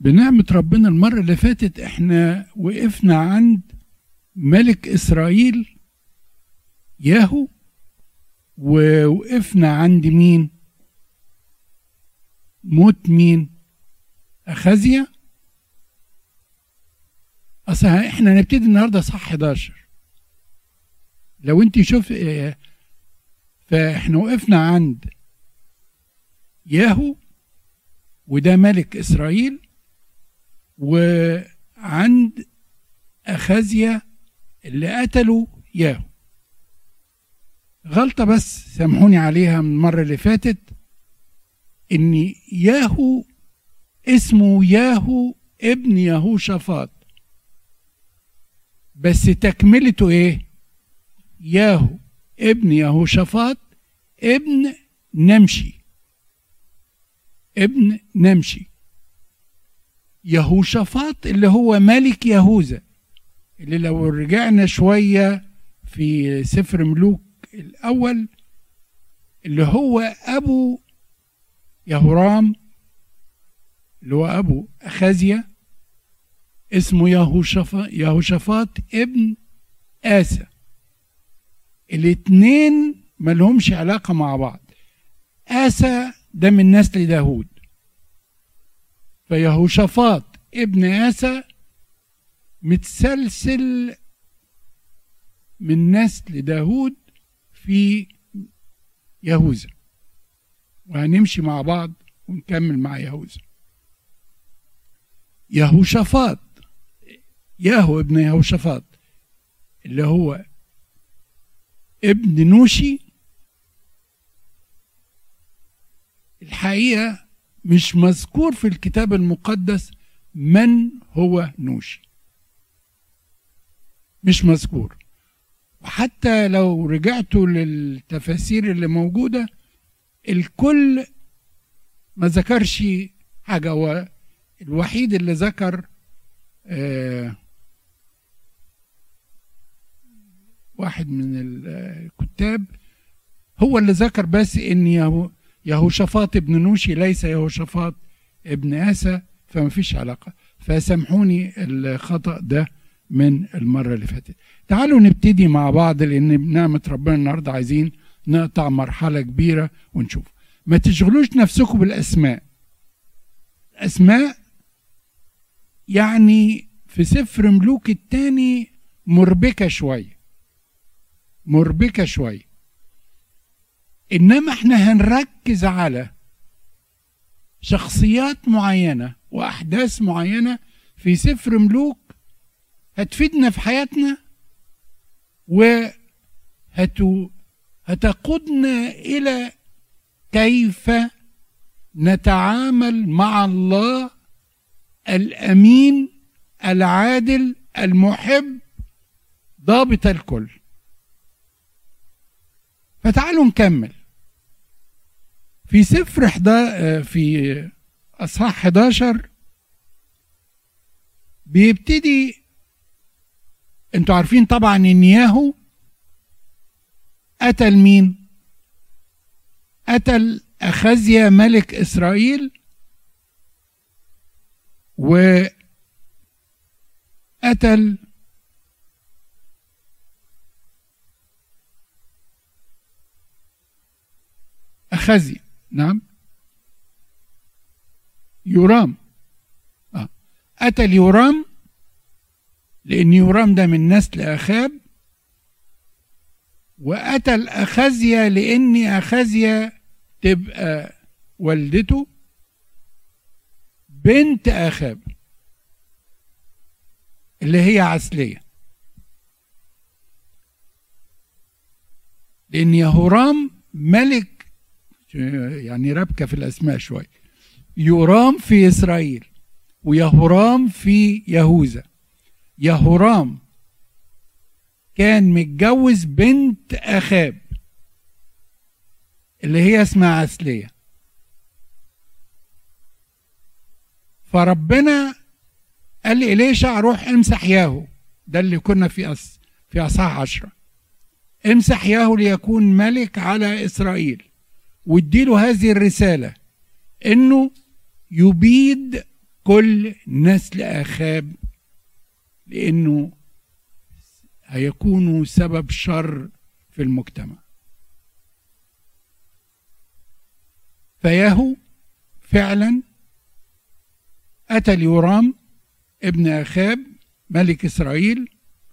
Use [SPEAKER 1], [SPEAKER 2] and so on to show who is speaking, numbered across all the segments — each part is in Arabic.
[SPEAKER 1] بنعمة ربنا المرة اللي فاتت احنا وقفنا عند ملك إسرائيل ياهو، ووقفنا عند مين؟ موت مين؟ أخازيا. أصلا احنا نبتدي النهاردة صح 11 لو انت شوف. فاحنا وقفنا عند ياهو وده ملك إسرائيل، وعند أخازيا اللي قتلوا ياهو. غلطة بس سامحوني عليها من المرة اللي فاتت، إن ياهو اسمه ياهو ابن يهوشافاط، بس تكملته إيه؟ ياهو ابن يهوشافاط ابن نمشي. ابن نمشي. يهوشافاط اللي هو ملك يهوذا، اللي لو رجعنا شوية في سفر ملوك الأول اللي هو أبو يهورام، اللي هو أبو أخازيا، اسمه يهوشافاط ابن آسى. الاتنين ملهمش علاقة مع بعض. آسى ده من نسل داود، فيهوشافاط ابن آسى متسلسل من نسل داود في يهوذا، وهنمشي مع بعض ونكمل مع يهوذا. يهوشافاط ياهو ابن يهوشافاط اللي هو ابن نوشي، الحقيقة مش مذكور في الكتاب المقدس من هو نوشي، مش مذكور. وحتى لو رجعتوا للتفاسير اللي موجودة الكل ما ذكرش حاجة. هو الوحيد اللي ذكر واحد من الكتاب هو اللي ذكر بس ان يهوشافاط ابن نوشي ليس يهوشافاط ابن آسى، فما فيش علاقة. فسامحوني الخطأ ده من المرة اللي فاتت. تعالوا نبتدي مع بعض، لأن بنعمة ربنا النهاردة عايزين نقطع مرحلة كبيرة ونشوف. ما تشغلوش نفسكم بالأسماء. الأسماء يعني في سفر ملوك الثاني مربكة شوية، مربكة شوية، إنما احنا هنركز على شخصيات معينة وأحداث معينة في سفر ملوك هتفيدنا في حياتنا وهتقودنا إلى كيف نتعامل مع الله الأمين العادل المحب ضابط الكل. فتعالوا نكمل في سفر في أصحاح 11. بيبتدي، انتوا عارفين طبعا ان ياهو قتل مين؟ قتل أخازيا ملك إسرائيل، وقتل أخازيا، نعم، يورام. قتل يورام لأن يورام ده من نسل أخاب، وقتل أخازيا لأن أخازيا تبقى والدته بنت أخاب اللي هي عسلية، لأن يهورام ملك، يعني ربكة في الأسماء شوية. يورام في إسرائيل ويهورام في يهوذا. يهورام كان متجوز بنت أخاب اللي هي اسمها عسلية. فربنا قال لي إليشع روح امسح ياهو، ده اللي كنا في أصحاح 10. امسح ياهو ليكون ملك على إسرائيل، واديله هذه الرسالة انه يبيد كل نسل آخاب، لأنه هيكونوا سبب شر في المجتمع. فياهو فعلا قتل يورام ابن أخاب ملك إسرائيل،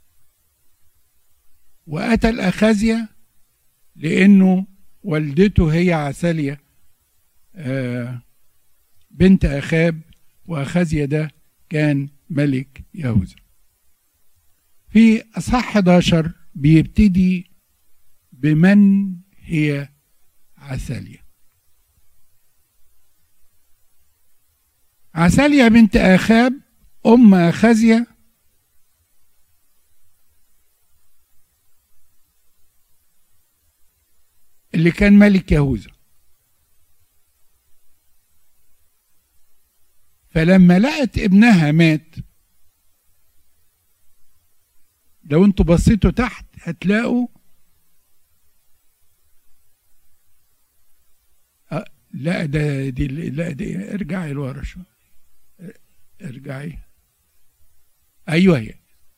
[SPEAKER 1] وقتل أخازيا لأنه والدته هي عسالية بنت أخاب، وأخازيا ده كان ملك يهوذا. في أصحاح 11 بيبتدي بمن هي عسالية. عسالية بنت أخاب أم أخازيا اللي كان ملك يهوذا. فلما لقت ابنها مات، لو انتوا بصيتوا تحت هتلاقوا لا ده دي لا دي ارجعي لورا شويه، ارجعي. ايوه هي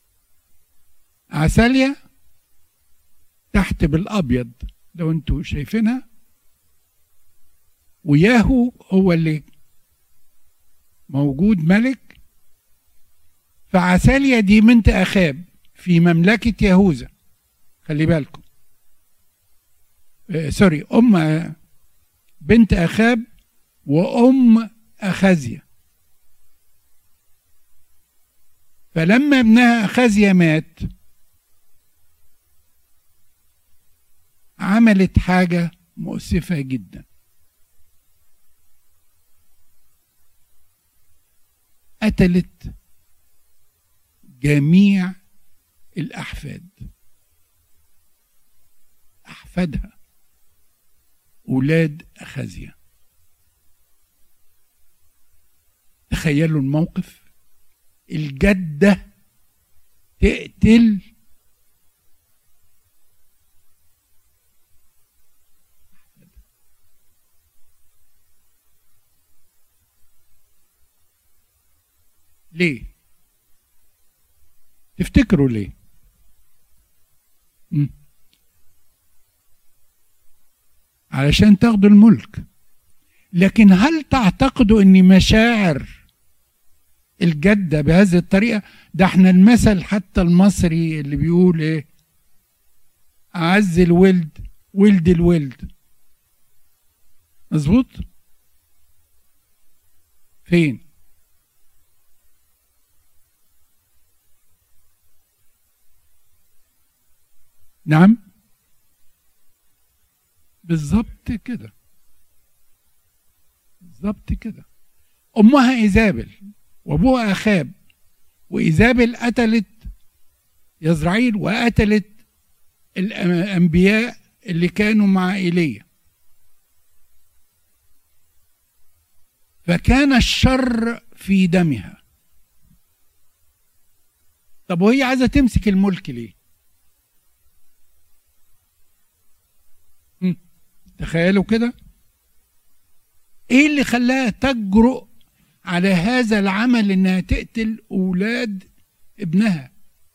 [SPEAKER 1] عسالية تحت بالابيض لو انتوا شايفينها، وياهو هو اللي موجود ملك. فعسالية دي بنت أخاب في مملكة يهوذا، خلي بالكم. سوري، أم بنت أخاب وأم أخازيا. فلما ابنها أخازيا مات عملت حاجة مؤسفة جدا، قتلت جميع الأحفاد، أحفادها أولاد أخازيا. تخيلوا الموقف، الجدة تقتل ليه؟ تفتكروا ليه؟ علشان تاخدوا الملك. لكن هل تعتقدوا ان مشاعر الجدة بهذه الطريقة؟ ده احنا المثل حتى المصري اللي بيقول ايه، اعز الولد ولد الولد. مظبوط؟ فين؟ نعم بالظبط كده، بالظبط كده. امها ايزابل وابوها اخاب، وايزابل قتلت يزرعيل وقتلت الانبياء اللي كانوا مع ايليا. فكان الشر في دمها. طب وهي عايزه تمسك الملك ليه؟ تخيلوا كده، ايه اللي خلاها تجرؤ على هذا العمل، انها تقتل اولاد ابنها؟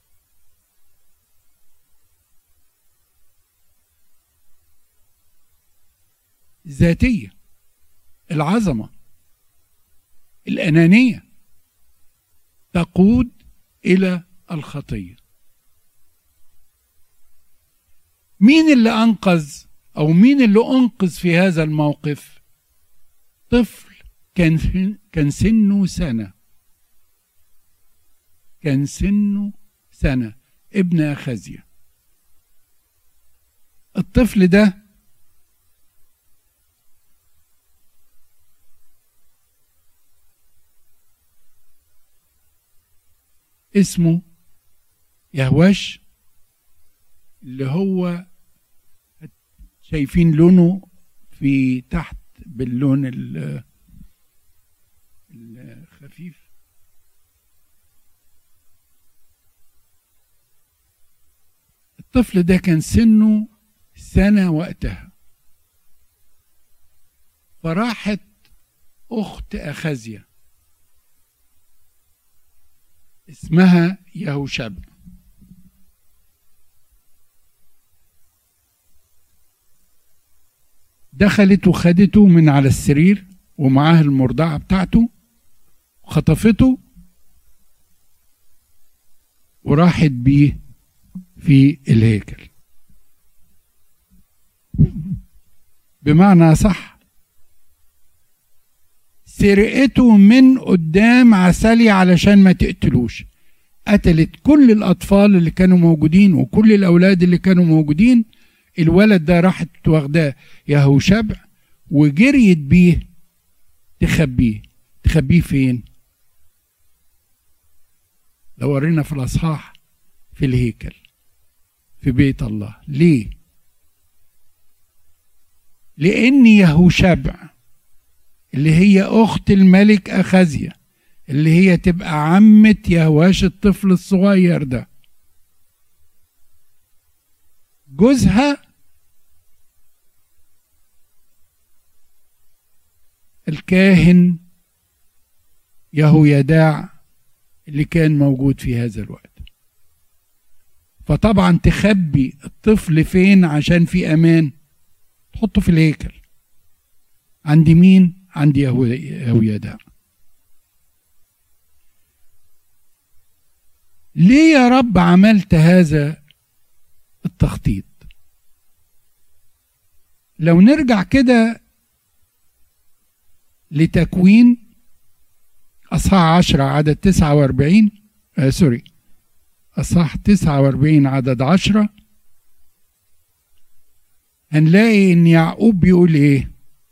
[SPEAKER 1] الذاتية، العظمة، الأنانية تقود إلى الخطية. مين اللي أنقذ أو مين اللي أنقذ في هذا الموقف؟ طفل كان سنه سنة، كان سنه سنة، ابن أخازيا. الطفل ده اسمه يهوش، اللي هو شايفين لونه في تحت باللون الخفيف. الطفل ده كان سنه سنة وقتها. فراحت أخت أخازيا اسمها يهوشبع. دخلت وخدته من على السرير ومعاه المرضعة بتاعته، خطفته وراحت بيه في الهيكل. بمعنى صح، سرقته من قدام عسالية علشان ما تقتلوش. قتلت كل الأطفال اللي كانوا موجودين وكل الأولاد اللي كانوا موجودين. الولد ده راحت واخداه يهوشبع وجريت بيه تخبيه. تخبيه فين؟ لو ورينا في الأصحاح في الهيكل في بيت الله. ليه؟ لأن يهوشبع اللي هي أخت الملك أخازيا، اللي هي تبقى عمة يهواش الطفل الصغير ده، جوزها الكاهن يهويداع اللي كان موجود في هذا الوقت. فطبعا تخبي الطفل فين عشان في امان؟ تحطه في الهيكل. عند مين؟ عند يهويداع. ليه يا رب عملت هذا التخطيط؟ لو نرجع كده لتكوين أصحاح 10 عدد 49 أصحاح 49 عدد 10، هنلاقي إن يعقوب بيقول إيه؟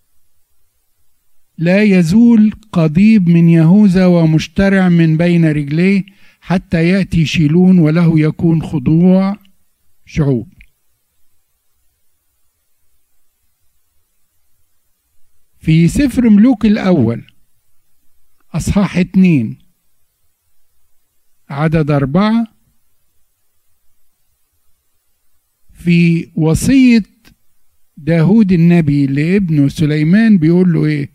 [SPEAKER 1] لا يزول قضيب من يهوذا ومشترع من بين رجليه حتى يأتي شيلون وله يكون خضوع شعوب. في سفر ملوك الأول أصحاح 2 عدد 4، في وصية داود النبي لابنه سليمان بيقول له إيه؟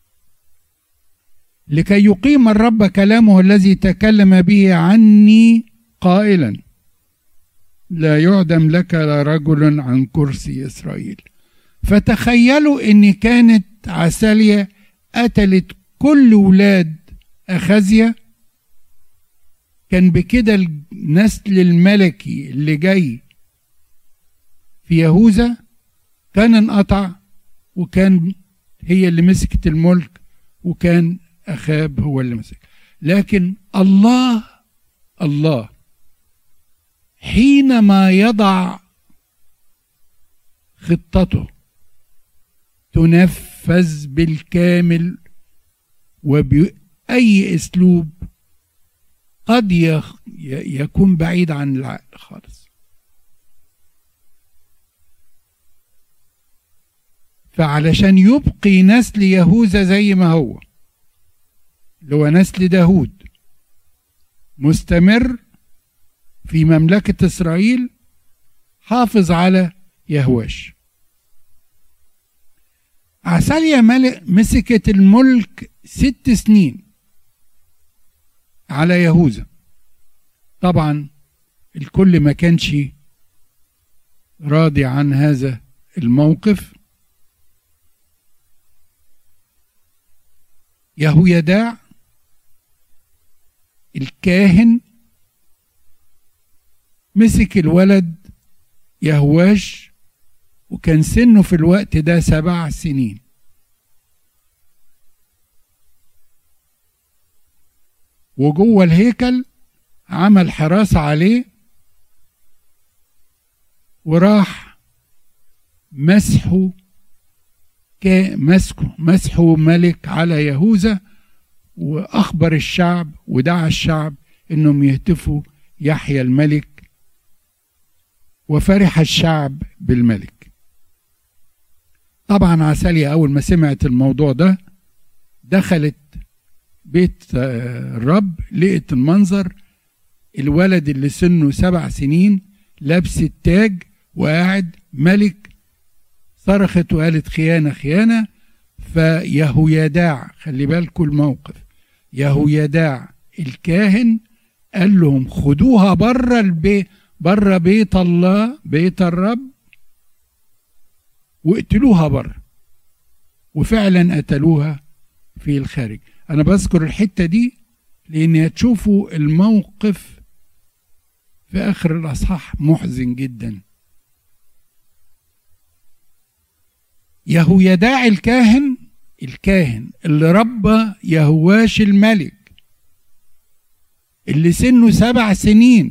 [SPEAKER 1] لكي يقيم الرب كلامه الذي تكلم به عني قائلا لا يعدم لك رجل عن كرسي إسرائيل. فتخيلوا إن كانت عسالية قتلت كل ولاد أخازيا، كان بكده النسل الملكي اللي جاي في يهوذا كان انقطع، وكان هي اللي مسكت الملك، وكان أخاب هو اللي مسك. لكن الله حينما يضع خطته تنفذ بالكامل وبأي أسلوب قد يكون بعيد عن العقل خالص. فعلشان يبقي نسل يهوذا زي ما هو، اللي هو نسل داود مستمر في مملكة إسرائيل، حافظ على يهواش. عساليا مسكت الملك 6 سنين على يهوذا. طبعا الكل ما كانش راضي عن هذا الموقف. يهويداع الكاهن مسك الولد يهواش، وكان سنه في الوقت ده 7 سنين. وجوه الهيكل عمل حراسة عليه، وراح مسحه ملك على يهوذا، وأخبر الشعب ودعا الشعب إنهم يهتفوا يحيى الملك، وفرح الشعب بالملك. طبعا عساليا أول ما سمعت الموضوع ده دخلت بيت الرب، لقيت المنظر، الولد اللي سنه 7 سنين لابس التاج وقاعد ملك. صرخت وقالت خيانة خيانة. فيهويداع، خلي بالكوا الموقف، يهويداع الكاهن قال لهم خدوها بره البيت، بره بيت الله، بيت الرب، واقتلوها بره. وفعلا قتلوها في الخارج. انا بذكر الحتة دي لان هتشوفوا الموقف في اخر الاصحاح محزن جدا. يهويداع الكاهن اللي ربى يهواش الملك، اللي سنه 7 سنين،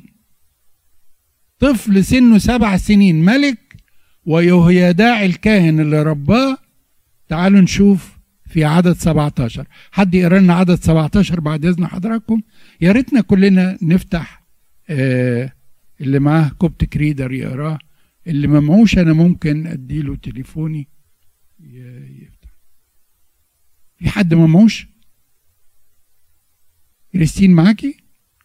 [SPEAKER 1] طفل سنه 7 سنين ملك، ويهويداع الكاهن اللي رباه. تعالوا نشوف في عدد 17. حد يقرا لنا عدد 17 بعد اذن حضراتكم؟ يا ريتنا كلنا نفتح، اللي معاه كوبتك ريدر يقراه، اللي ما معوش انا ممكن اديله تليفوني يفتح. في حد ما معوش؟ كريستين معاكي؟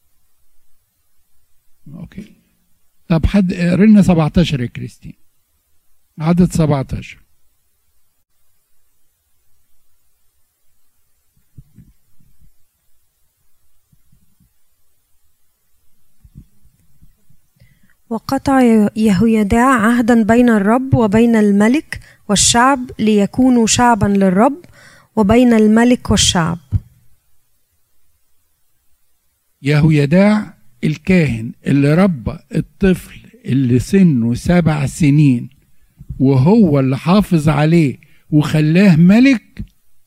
[SPEAKER 1] اوكي. طب حد اقرا لنا 17 يا كريستين، عدد 17.
[SPEAKER 2] وقطع يهويداع عهدا بين الرب وبين الملك والشعب ليكونوا شعبا للرب، وبين الملك والشعب.
[SPEAKER 1] يهويداع الكاهن اللي ربى الطفل اللي سنه 7 سنين، وهو اللي حافظ عليه وخلاه ملك،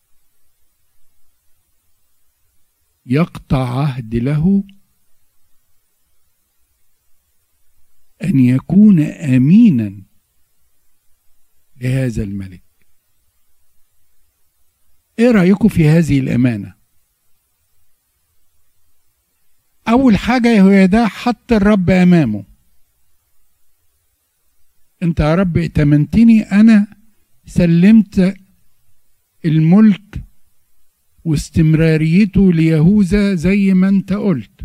[SPEAKER 1] يقطع عهد له أن يكون أمينا لهذا الملك. إيه رأيكم في هذه الأمانة؟ أول حاجة يهويداع حط الرب أمامه. أنت يا رب ائتمنتني، أنا سلمت الملك واستمراريته ليهوذا زي ما أنت قلت.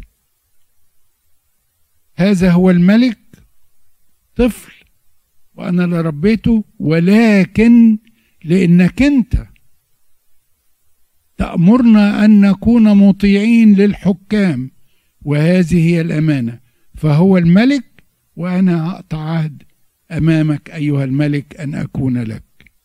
[SPEAKER 1] هذا هو الملك، طفل وأنا اللي ربيته، ولكن لأنك أنت تأمرنا أن نكون مطيعين للحكام، وهذه هي الأمانة، فهو الملك وأنا أقطع عهد أمامك أيها الملك أن أكون لك.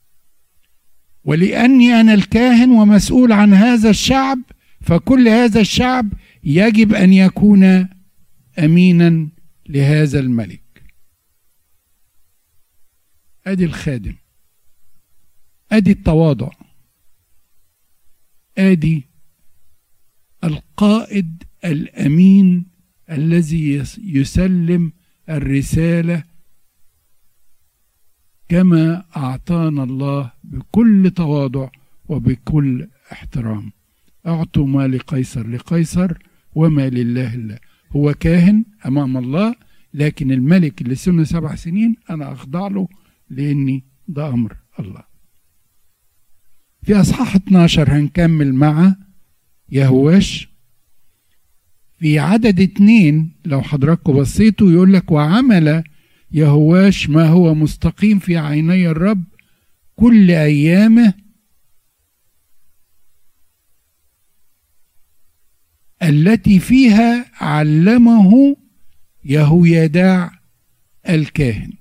[SPEAKER 1] ولأني أنا الكاهن ومسؤول عن هذا الشعب، فكل هذا الشعب يجب أن يكون أمينا لهذا الملك. أدي الخادم، أدي التواضع، أدي القائد الأمين الذي يسلم الرسالة كما أعطانا الله بكل تواضع وبكل احترام. أعطوا ما لقيصر لقيصر وما لله الله. هو كاهن أمام الله، لكن الملك اللي سنه 7 سنين أنا أخضع له لأني ده أمر الله. في أصحاح 12 هنكمل مع يهواش. في عدد 2 لو حضراتكم بصيتوا يقول لك وعمل يهواش ما هو مستقيم في عيني الرب كل أيامه التي فيها علمه يهويداع الكاهن.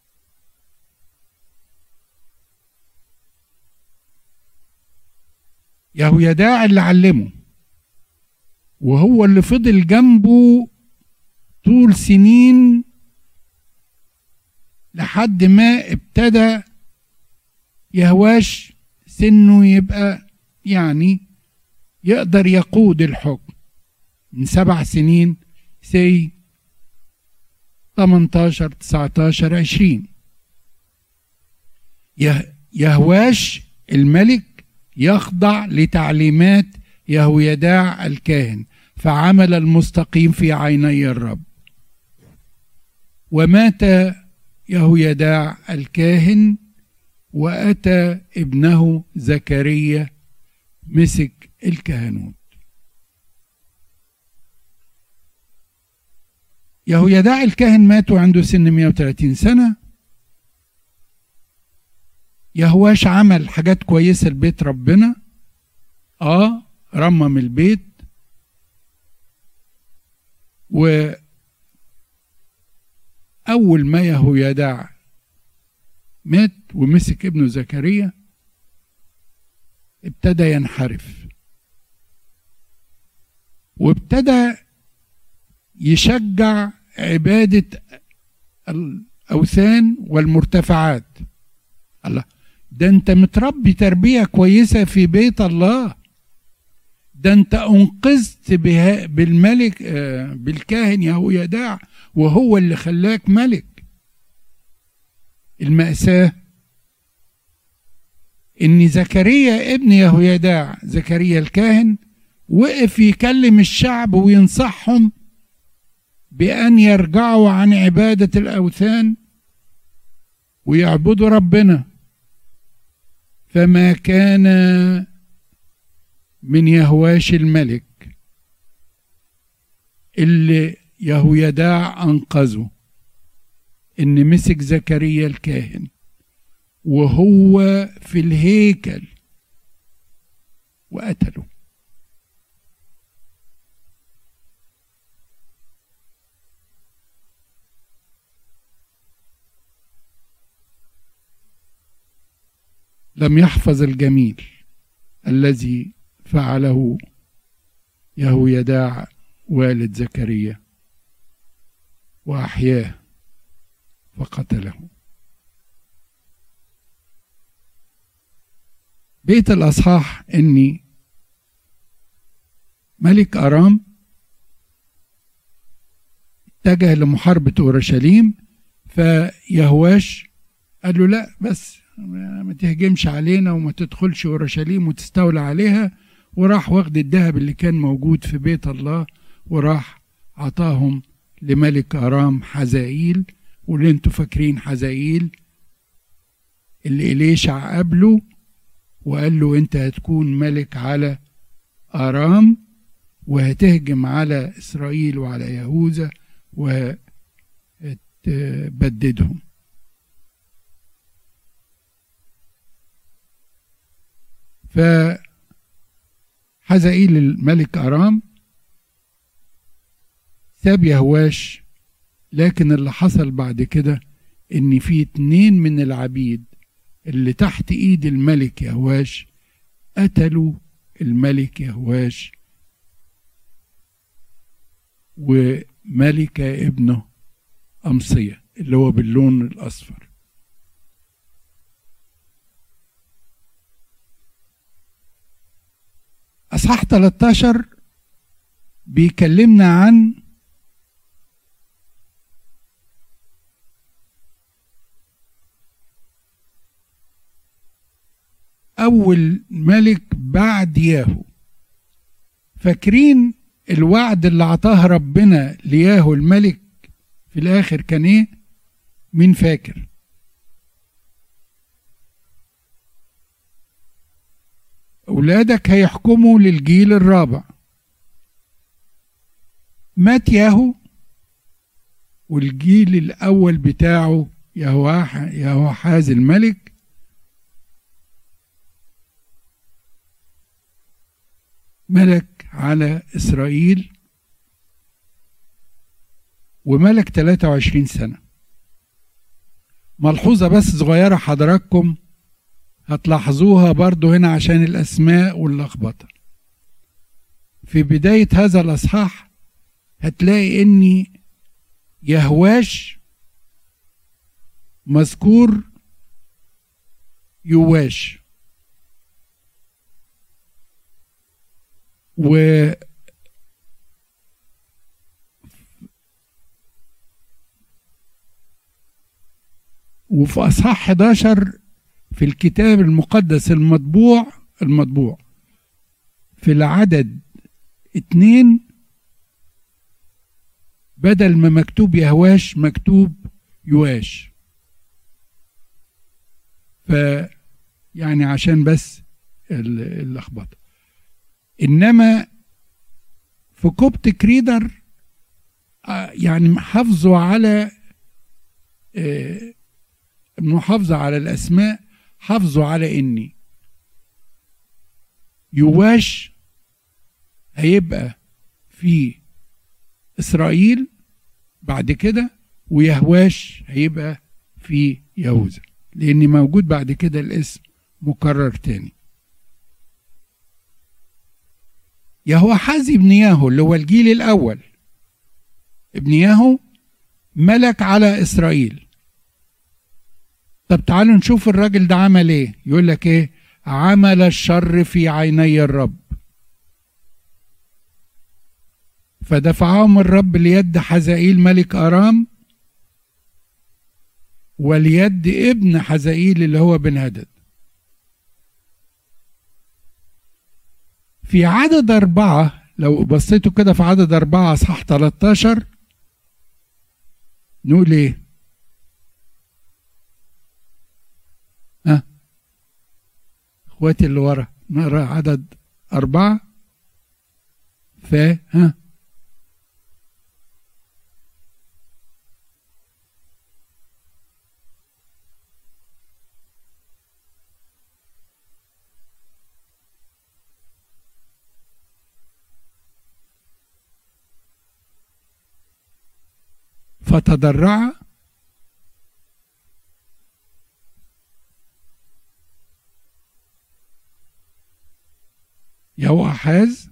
[SPEAKER 1] يهويداع اللي علمه، وهو اللي فضل جنبه طول سنين لحد ما ابتدى يهواش سنه يبقى يعني يقدر يقود الحكم. من 7 سنين سي 18 19 20. يهواش الملك يخضع لتعليمات يهويداع الكاهن، فعمل المستقيم في عيني الرب. ومات يهويداع الكاهن وأتى ابنه زكريا مسك الكهنوت. يهويداع الكاهن مات وعنده سن 130 سنة. يهواش عمل حاجات كويسة لبيت ربنا، رمم البيت، وأول ما يهويداع مات ومسك ابنه زكريا ابتدى ينحرف، وابتدى يشجع عبادة الأوثان والمرتفعات. الله، ده انت متربي تربية كويسة في بيت الله، ده انت انقذت بالملك بالكاهن يهويداع وهو اللي خلاك ملك. المأساة ان زكريا ابن يهويداع، زكريا الكاهن، وقف يكلم الشعب وينصحهم بأن يرجعوا عن عبادة الأوثان ويعبدوا ربنا. فما كان من يهواش الملك اللي يهويداع أنقذه إن مسك زكريا الكاهن وهو في الهيكل وقتله. لم يحفظ الجميل الذي فعله يهويداع والد زكريا وأحياه فقتله. بيت الأصحاح إن ملك أرام اتجه لمحاربة أورشليم، فيهواش قال له لا بس ما تهجمش علينا وما تدخلش أورشليم وتستولى عليها، وراح واخد الذهب اللي كان موجود في بيت الله وراح عطاهم لملك أرام حزائيل. واللي انتوا فاكرين حزائيل اللي إليشع قابله وقال له انت هتكون ملك على أرام وهتهجم على إسرائيل وعلى يهوذا وتبددهم. فحزائيل الملك أرام ساب يهواش، لكن اللي حصل بعد كده ان في 2 من العبيد اللي تحت ايد الملك يهواش قتلوا الملك يهواش وملك ابنه أمصية اللي هو باللون الأصفر. أصحاح 13 بيكلمنا عن أول ملك بعد ياهو. فاكرين الوعد اللي عطاه ربنا لياهو الملك في الآخر كان إيه؟ مين فاكر؟ أولادك هيحكموا للجيل الرابع. مات ياهو والجيل الأول بتاعه يهوحاز الملك ملك على إسرائيل وملك 23 سنة. ملحوظة بس صغيرة حضراتكم هتلاحظوها برضو هنا عشان الأسماء واللخبطة. في بداية هذا الأصحاح هتلاقي إن يهواش مذكور يواش، وفي أصحاح 11 في الكتاب المقدس المطبوع في العدد 2 بدل ما مكتوب يهواش مكتوب يواش. يعني عشان بس اللخبطه. انما في كوبتك ريدر يعني حافظوا على المحافظة على الأسماء، حافظوا على إني يواش هيبقى في إسرائيل بعد كده، ويهواش هيبقى في يهوذا، لأن موجود بعد كده الاسم مكرر تاني. يهوحاز ابن ياهو اللي هو الجيل الأول، ابن ياهو ملك على إسرائيل. طب تعالوا نشوف الراجل ده عمل ايه. يقول لك ايه؟ عمل الشر في عيني الرب، فدفعهم الرب ليد حزائيل ملك أرام وليد ابن حزائيل اللي هو بن هدد. في عدد 4، لو بصيتوا كده في عدد 4 اصحاح 13 نقول ايه؟ اخواتي اللي ورا نقرا عدد 4. فتضرع يهوحاز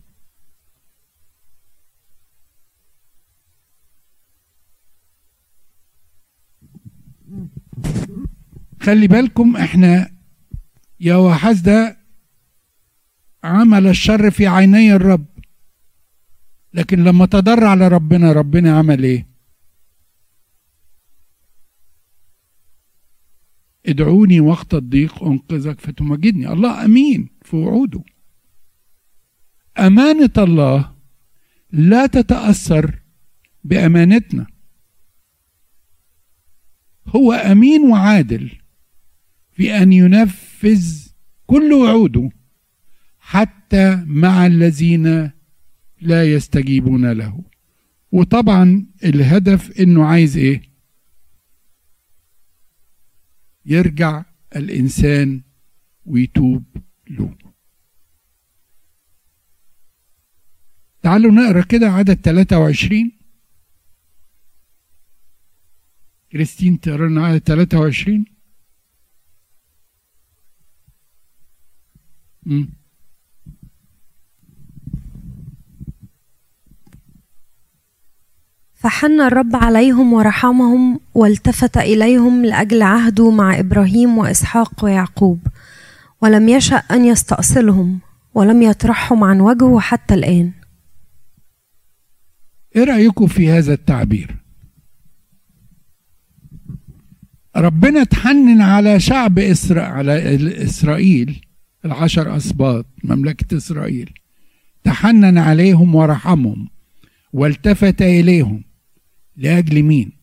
[SPEAKER 1] خلي بالكم، احنا يهوحاز ده عمل الشر في عيني الرب، لكن لما تضرع لربنا، ربنا عمل ايه؟ ادعوني وقت الضيق انقذك فتمجدني. الله امين في وعوده. امانة الله لا تتأثر بامانتنا، هو امين وعادل في ان ينفذ كل وعوده حتى مع الذين لا يستجيبون له. وطبعا الهدف انه عايز ايه؟ يرجع الانسان ويتوب له. تعالوا نقرا كده عدد 23. كريستين تقرا لنا عدد 23.
[SPEAKER 2] فحن الرب عليهم ورحمهم والتفت إليهم لأجل عهده مع إبراهيم وإسحاق ويعقوب، ولم يشأ أن يستأصلهم ولم يطرحهم عن وجهه حتى الآن.
[SPEAKER 1] ايه رأيكم في هذا التعبير؟ ربنا تحنن على شعب على إسرائيل، 10 أسباط مملكة إسرائيل، تحنن عليهم ورحمهم والتفت إليهم لأجل مين؟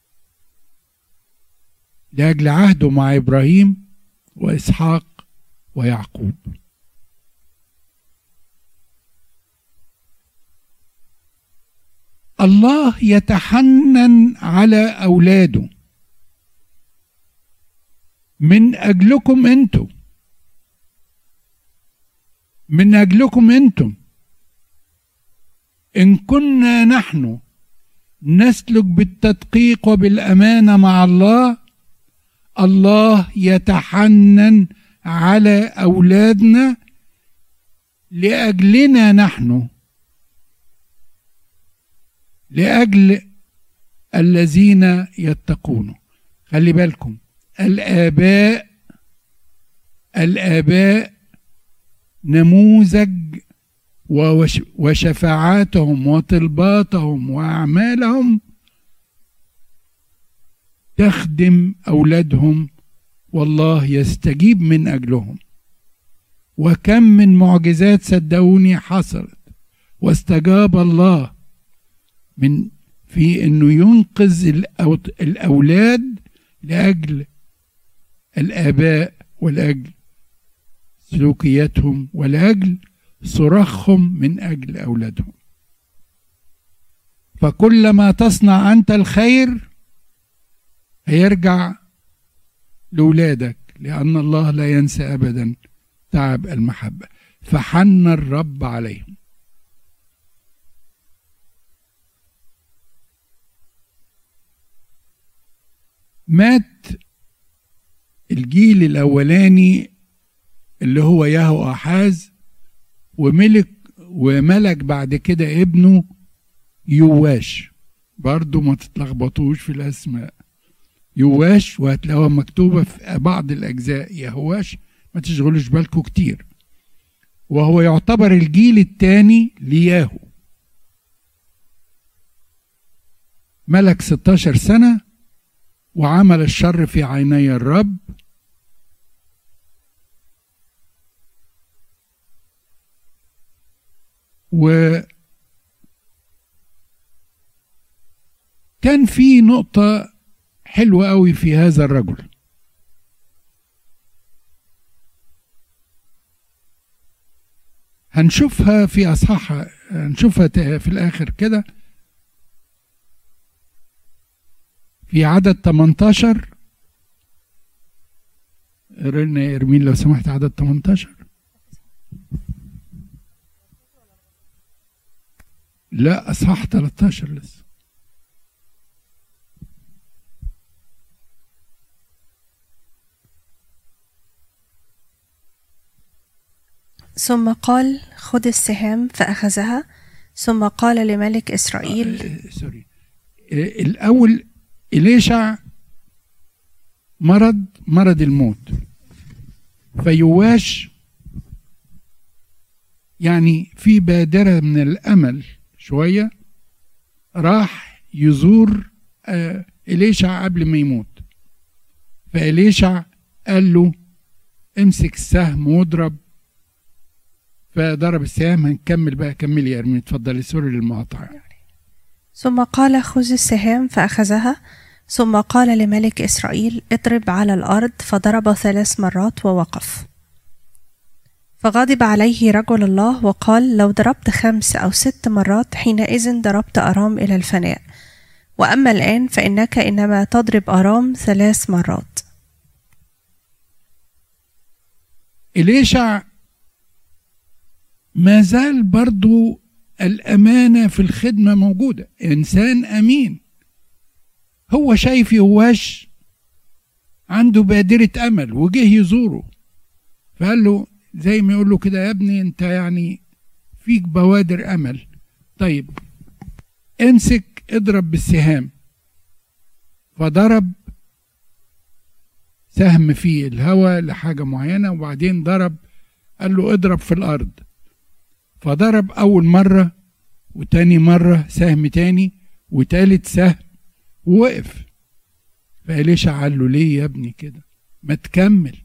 [SPEAKER 1] لأجل عهده مع إبراهيم وإسحاق ويعقوب. الله يتحنن على أولاده من أجلكم أنتم، من أجلكم أنتم. إن كنا نحن نسلك بالتدقيق وبالأمانة مع الله، الله يتحنن على أولادنا لأجلنا نحن، لأجل الذين يتقونه. خلي بالكم، الآباء نموذج، وشفاعاتهم وطلباتهم وأعمالهم تخدم أولادهم، والله يستجيب من أجلهم. وكم من معجزات صدقوني حصلت واستجاب الله من في أنه ينقذ الأولاد لأجل الآباء ولأجل سلوكياتهم ولأجل صراخهم من أجل أولادهم. فكلما تصنع أنت الخير هيرجع لأولادك، لأن الله لا ينسى أبدا تعب المحبة. فحن الرب عليهم. مات الجيل الأولاني اللي هو يهو أحاز، وملك بعد كده ابنه يواش. برضو ما تتلخبطوش في الأسماء، يواش وهتلاقوها مكتوبة في بعض الأجزاء يهواش، ما تشغلوش بالكم كتير. وهو يعتبر الجيل الثاني لياهو. ملك 16 سنة وعمل الشر في عيني الرب، وكان في نقطة حلوة قوي في هذا الرجل. هنشوفها في أصحاح، هنشوفها في الآخر كده في عدد 18. قرينا إرمين لو سمحت عدد 18. لا، أصحاح 13 لسه.
[SPEAKER 3] ثم قال خذ السهام فأخذها. ثم قال لملك إسرائيل
[SPEAKER 1] سوري، الأول إليشع مرض الموت، فيواش يعني في بادرة من الأمل شوية راح يزور إليشع قبل ما يموت. فإليشع قال له امسك السهم واضرب، فضرب السهام. هنكمل بقى، كمل يا أرمين، اتفضلي، سوري للمقاطعة.
[SPEAKER 3] ثم قال خذ السهام فأخذها. ثم قال لملك إسرائيل اضرب على الأرض، فضرب 3 مرات ووقف. فغضب عليه رجل الله وقال لو ضربت 5 أو 6 مرات حينئذ ضربت أرام إلى الفناء، وأما الآن فإنك إنما تضرب أرام 3 مرات.
[SPEAKER 1] إليشع ما زال برضو الأمانة في الخدمة موجودة، إنسان أمين. هو شايف يواش عنده بادرة أمل وجه يزوره، فقال له زي ما يقول له كده يا ابني أنت يعني فيك بوادر أمل، طيب امسك اضرب بالسهام. فضرب سهم في الهواء لحاجة معينة، وبعدين ضرب، قال له اضرب في الأرض. فضرب أول مرة وتاني مرة سهم تاني وتالت سهم ووقف. فإليشع قال له ليه يا ابني كده، ما تكمل.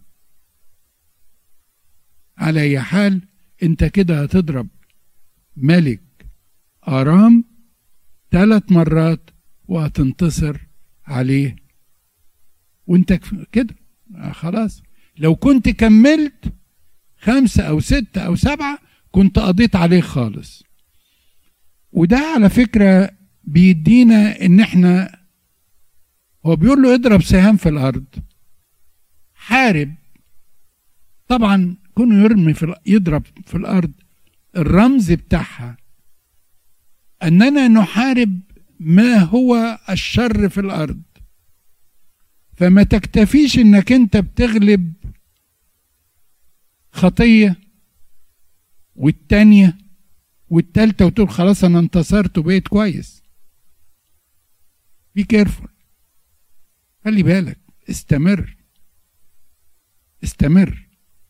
[SPEAKER 1] على أي حال انت كده هتضرب ملك أرام 3 مرات وهتنتصر عليه، وانت كده خلاص. لو كنت كملت 5 أو 6 أو 7 كنت قضيت عليه خالص. وده على فكرة بيدينا ان احنا، هو بيقول له اضرب سهام في الارض، حارب. طبعا كونه يرمي يضرب في الارض، الرمز بتاعها اننا نحارب ما هو الشر في الارض. فما تكتفيش انك انت بتغلب خطية والتانية والتالتة وتقول خلاص انا انتصرت وبقيت كويس. بي كيرفول، خلي بالك، استمر استمر،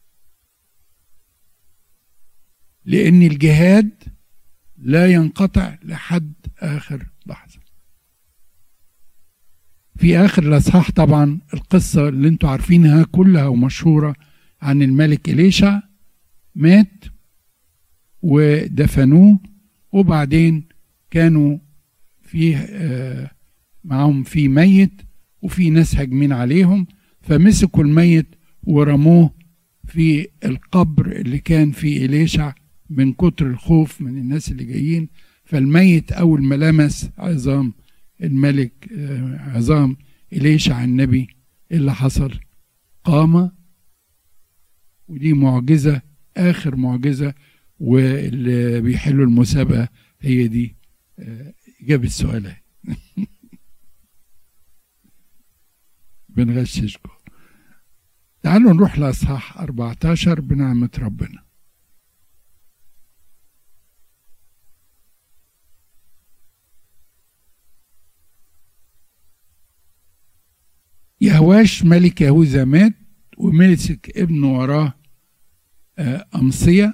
[SPEAKER 1] لأن الجهاد لا ينقطع لحد آخر لحظة. في آخر الأصحاح طبعا القصة اللي انتوا عارفينها كلها ومشهورة عن الملك إليشع، مات ودفنوه، وبعدين كانوا فيه معهم في ميت وفي ناس هاجمين عليهم، فمسكوا الميت ورموه في القبر اللي كان فيه إليشع من كتر الخوف من الناس اللي جايين. فالميت أول ما لمس عظام الملك، عظام إليشع النبي، اللي حصل قام. ودي معجزة، آخر معجزة، واللي بيحلوا المسابقة هي دي إجابة السؤال. بنغششكم. تعالوا نروح لأصحاح 14 بنعمة ربنا. يهواش ملك يهوذا مات، وملك ابنه وراه أمصية،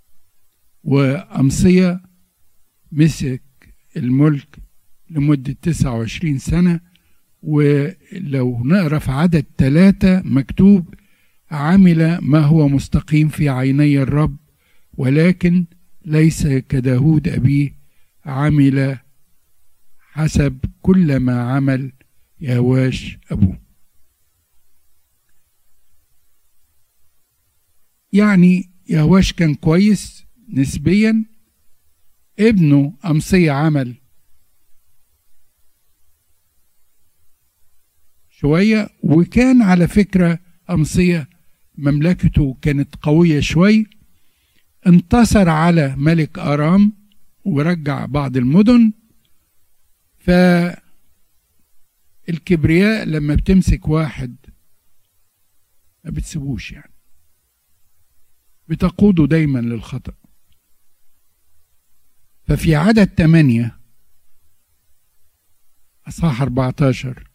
[SPEAKER 1] وأمصية مسك الملك لمدة 29 سنة. ولو نقرأ في عدد 3 مكتوب: عمل ما هو مستقيم في عيني الرب، ولكن ليس كداود أبيه، عمل حسب كل ما عمل يهواش أبوه. يعني يهواش كان كويس نسبيا. ابنه أمصية عمل شوية، وكان على فكرة أمصية مملكته كانت قوية شوي، انتصر على ملك أرام ورجع بعض المدن. فالكبرياء لما بتمسك واحد ما بتسيبوش، يعني بتقوده دايما للخطأ. ففي عدد 8 أصحاح 14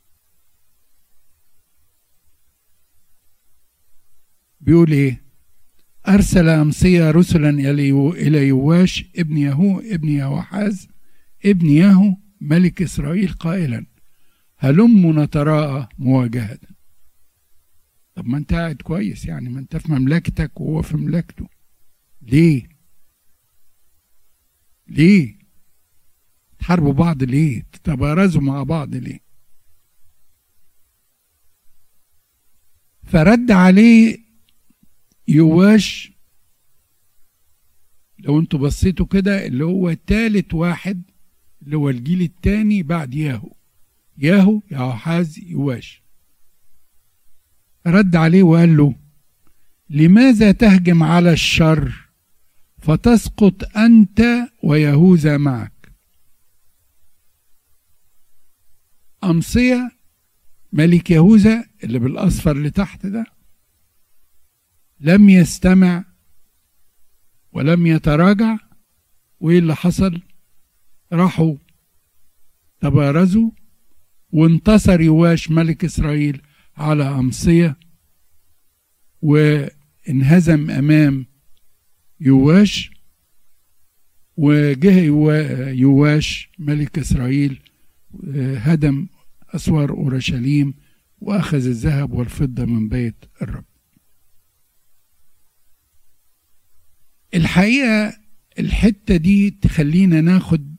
[SPEAKER 1] بيقول ايه: أرسل أمصية رسلا إلى يواش ابن يهوحاز ابن ياهو ملك إسرائيل قائلا: هلم نتراءى مواجهة. طب ما انت قاعد كويس، يعني ما انت في مملكتك وهو في مملكته، ليه تحاربوا بعض؟ ليه تتبارزوا مع بعض؟ ليه؟ فرد عليه يواش، لو انتوا بصيتوا كده، اللي هو تالت واحد، اللي هو الجيل التاني بعد يهوحاز يواش. رد عليه وقال له: لماذا تهجم على الشر فتسقط أنت ويهوذا معك؟ أمصية ملك يهوذا اللي بالأصفر اللي تحت ده لم يستمع ولم يتراجع. وإيه اللي حصل؟ راحوا تبارزوا، وانتصر يواش ملك إسرائيل على أمصية، وانهزم أمام يواش. وجه يواش ملك إسرائيل هدم أسوار أورشليم، وأخذ الذهب والفضة من بيت الرب. الحقيقة الحتة دي تخلينا ناخد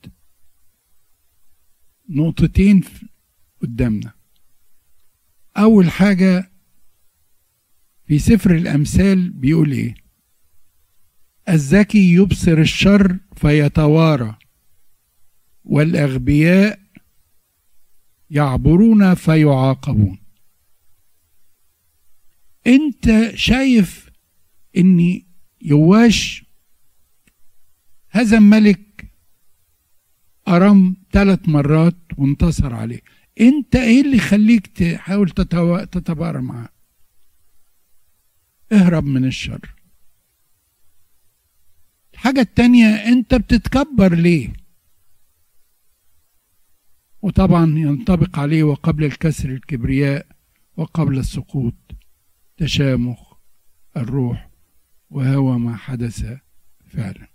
[SPEAKER 1] نقطتين قدامنا. أول حاجة في سفر الأمثال بيقول إيه؟ الذكي يبصر الشر فيتوارى، والأغبياء يعبرون فيعاقبون. أنت شايف إن يواش هزم ملك أرام 3 مرات وانتصر عليه، انت ايه اللي يخليك تحاول تتبارى معاه؟ اهرب من الشر. الحاجة التانية، انت بتتكبر ليه؟ وطبعا ينطبق عليه: وقبل الكسر الكبرياء، وقبل السقوط تشامخ الروح، وهو ما حدث فعلا.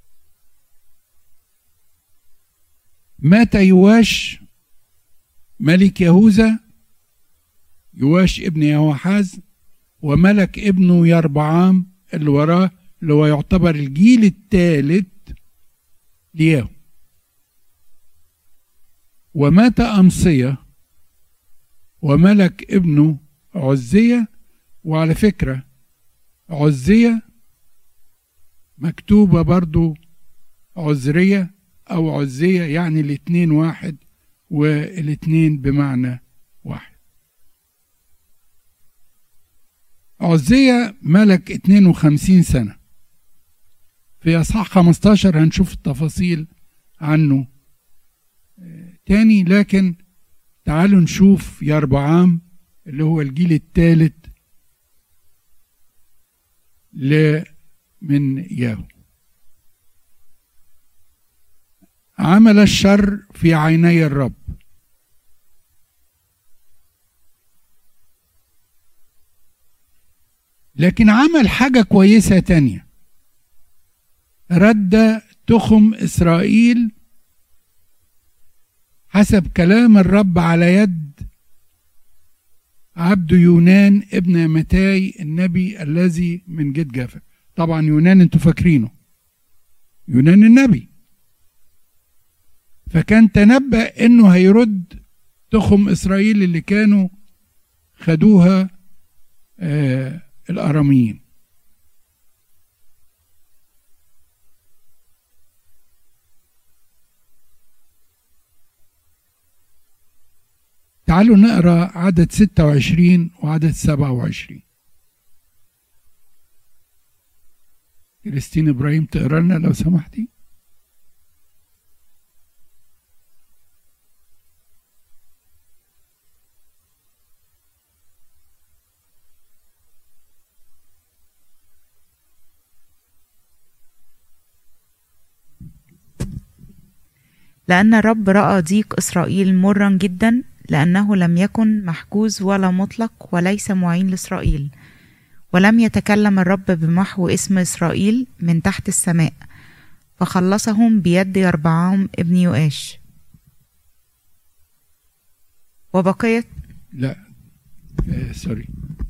[SPEAKER 1] مات يواش ملك يهوذا، يواش ابن يهوحاز، وملك ابنه يربعام اللي وراه، اللي هو يعتبر الجيل الثالث ليهو. ومات أمصية وملك ابنه عزية. وعلى فكرة عزية مكتوبة برضو عزرية أو عزية، يعني الاتنين واحد، والاتنين بمعنى واحد. عزية ملك 52 سنة. في أصحاح 15 هنشوف التفاصيل عنه تاني، لكن تعالوا نشوف يربعام اللي هو الجيل الثالث من ياهو. عمل الشر في عيني الرب، لكن عمل حاجة كويسة تانية، رد تخم إسرائيل حسب كلام الرب على يد عبد يونان ابن متاي النبي الذي من جد جافة. طبعا يونان انتوا فاكرينه، يونان النبي، فكان تنبأ انه هيرد تخم اسرائيل اللي كانوا خدوها الاراميين. تعالوا نقرأ عدد 26 وعدد 27. كريستين إبراهيم تقرأ لنا لو سمحتي.
[SPEAKER 4] لأن الرب رأى ضيق إسرائيل مرا جدا، لأنه لم يكن محجوز ولا مطلق وليس معين لإسرائيل، ولم يتكلم الرب بمحو اسم إسرائيل من تحت السماء، فخلصهم بيد يربعام ابن يؤاش. وبقيت
[SPEAKER 1] سوري،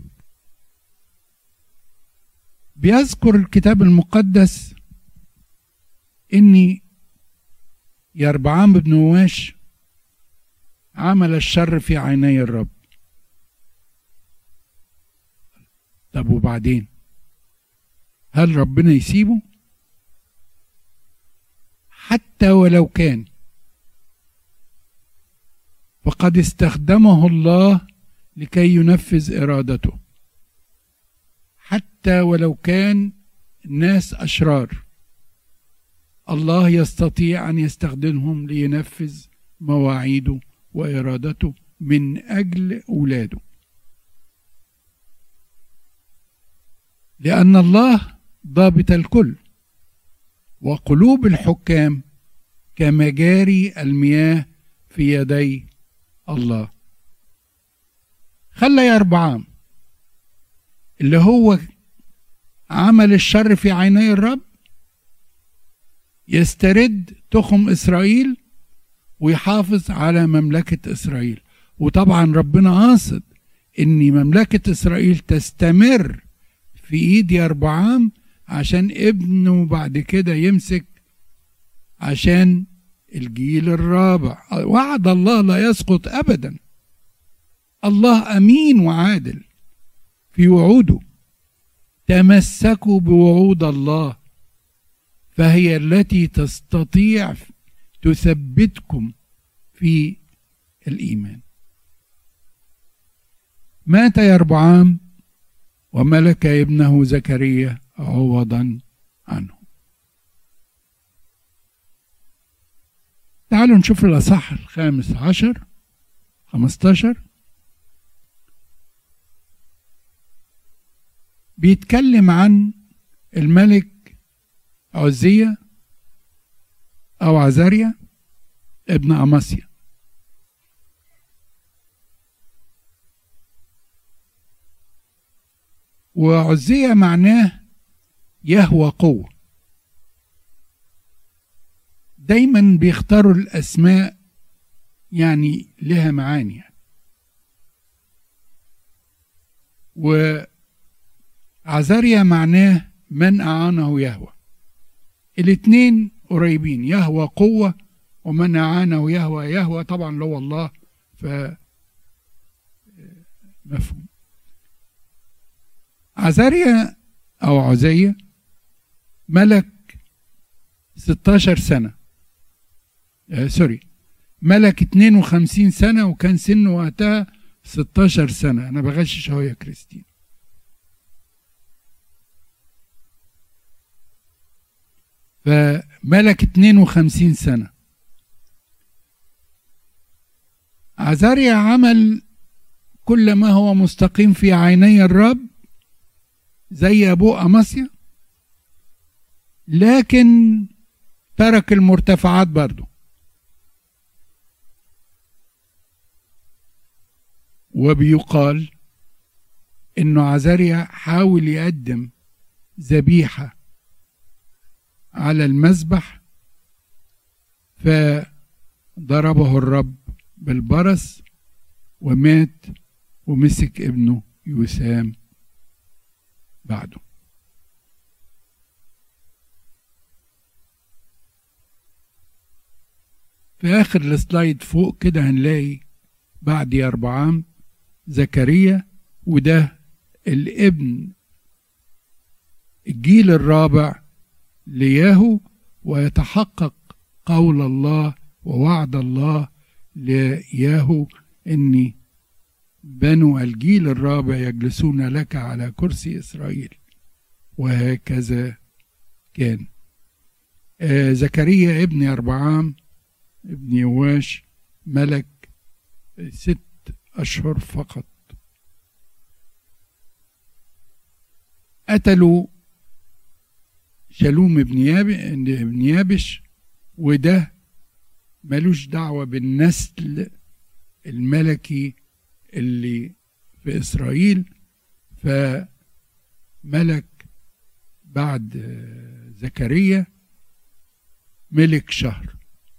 [SPEAKER 1] بيذكر الكتاب المقدس إني يربعام ابن يؤاش عمل الشر في عيني الرب. طب وبعدين هل ربنا يسيبه؟ حتى ولو كان فقد استخدمه الله لكي ينفذ إرادته، حتى ولو كان الناس أشرار الله يستطيع أن يستخدمهم لينفذ مواعيده وإرادته من أجل أولاده، لأن الله ضابط الكل، وقلوب الحكام كمجاري المياه في يدي الله. خلى يربعام اللي هو عمل الشر في عيني الرب يسترد تخم إسرائيل ويحافظ على مملكة إسرائيل. وطبعا ربنا قاصد إن مملكة إسرائيل تستمر في إيد يربعام عشان ابنه بعد كده يمسك عشان الجيل الرابع. وعد الله لا يسقط أبدا، الله أمين وعادل في وعوده. تمسكوا بوعود الله فهي التي تستطيع تثبتكم في الإيمان. مات يربعام وملك ابنه زكريا عوضا عنه. تعالوا نشوف الأصحاح 15 بيتكلم عن الملك عزية أو عزاريا ابن أماسيا. وعزية معناه يهوى قوة. دايما بيختاروا الأسماء يعني لها معاني. وعزاريا معناه من أعانه يهوى. الاتنين قريبين، يهوى قوة ومن أعانه يهوى. يهوى طبعا لو الله، مفهوم. عزاريا أو عزية ملك 16 سنة، ملك 52 سنة وكان سنه وقتها 16 سنة. أنا بغشش أهو يا كريستين. فملك 52 سنة. عزاريا عمل كل ما هو مستقيم في عيني الرب زي أبوه أماسيا، لكن ترك المرتفعات برضو. وبيقال إنه عزاريا حاول يقدم ذبيحة على المذبح، فضربه الرب بالبرص ومات، ومسك ابنه يوسام بعده. في آخر السلايد فوق كده هنلاقي بعد يربعام زكريا، وده الابن الجيل الرابع لياهو، ويتحقق قول الله ووعد الله لياهو إني بنو الجيل الرابع يجلسون لك على كرسي إسرائيل. وهكذا كان. زكريا ابن يربعام ابن يواش ملك 6 أشهر فقط. قتلوا شالوم ابن يابش، وده ملوش دعوة بالنسل الملكي اللي في إسرائيل، فملك بعد زكريا ملك شهر.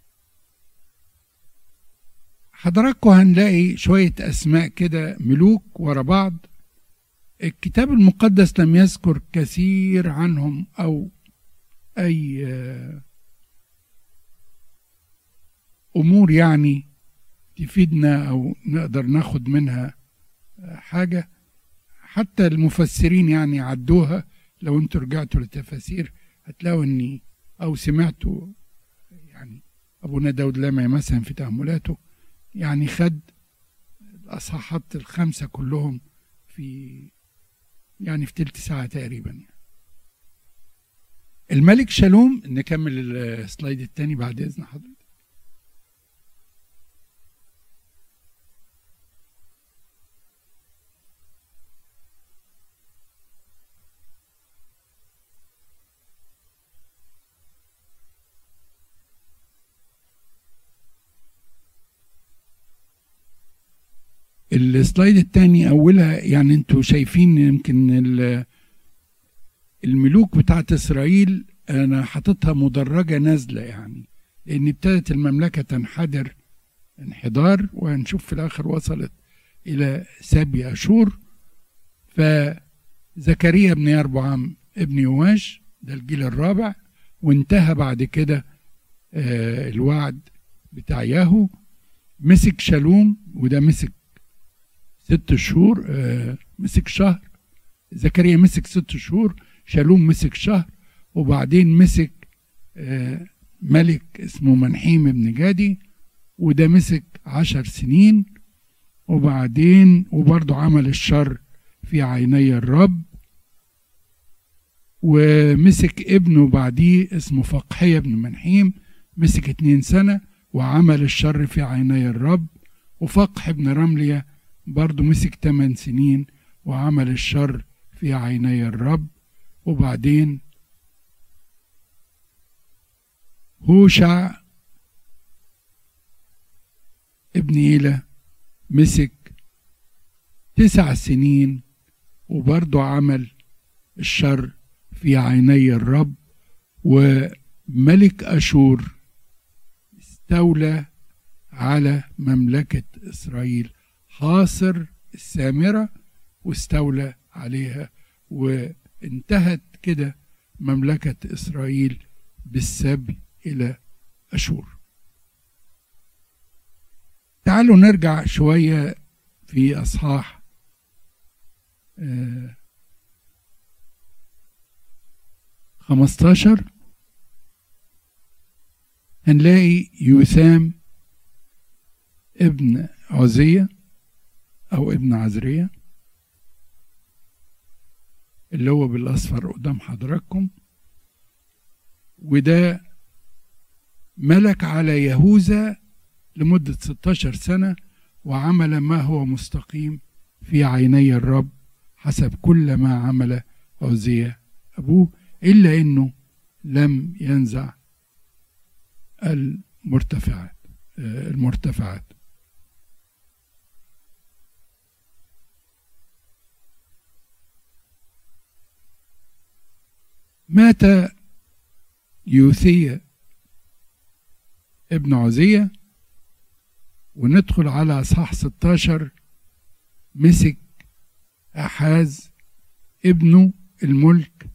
[SPEAKER 1] حضراتكم هنلاقي شوية أسماء كده ملوك ورا بعض. الكتاب المقدس لم يذكر كثير عنهم أو أي أمور يعني تفيدنا أو نقدر ناخد منها حاجة. حتى المفسرين يعني عدوها. لو انتوا رجعتوا للتفاسير هتلاقوا اني أو سمعتوا يعني أبونا داود لامعي مثلا في تأملاته يعني خد الأصحاحات ال5 كلهم في يعني في تلت ساعة تقريبا يعني. الملك شالوم، نكمل السلايد الثاني بعد إذن حضرتك. السلايد الثاني أولها يعني انتوا شايفين يمكن الملوك بتاعت إسرائيل أنا حاططها مدرجة نازلة يعني، لأن ابتدت المملكة تنحدر انحدار، وهنشوف في الآخر وصلت إلى سبي أشور. فزكريا ابن يربعام ابن يواش ده الجيل الرابع، وانتهى بعد كده الوعد بتاع ياهو. مسك شالوم، وده مسك 6 شهور، مسك شهر. زكريا مسك 6 شهور، شالوم مسك شهر، وبعدين مسك ملك اسمه منحيم ابن جادي، وده مسك 10 سنين. وبعدين وبرضه عمل الشر في عيني الرب. ومسك ابنه بعديه اسمه فقحية ابن منحيم، مسك 2 سنة وعمل الشر في عيني الرب. وفقح ابن رملية برضه مسك 8 سنين وعمل الشر في عيني الرب. وبعدين هوشع ابن إيلا مسك 9 سنين وبرضه عمل الشر في عيني الرب. وملك أشور استولى على مملكة إسرائيل، حاصر السامرة واستولى عليها، وانتهت كده مملكة إسرائيل بالسبي إلى أشور. تعالوا نرجع شوية في أصحاح 15. هنلاقي يوثام ابن عزية أو ابن عزرية اللي هو بالأصفر قدام حضراتكم، وده ملك على يهوذا لمدة 16 سنة، وعمل ما هو مستقيم في عيني الرب حسب كل ما عمل عزية أبوه، إلا أنه لم ينزع المرتفعات. مات يوثية ابن عزية، وندخل على اصحاح 16. مسك أحاز ابنه الملك،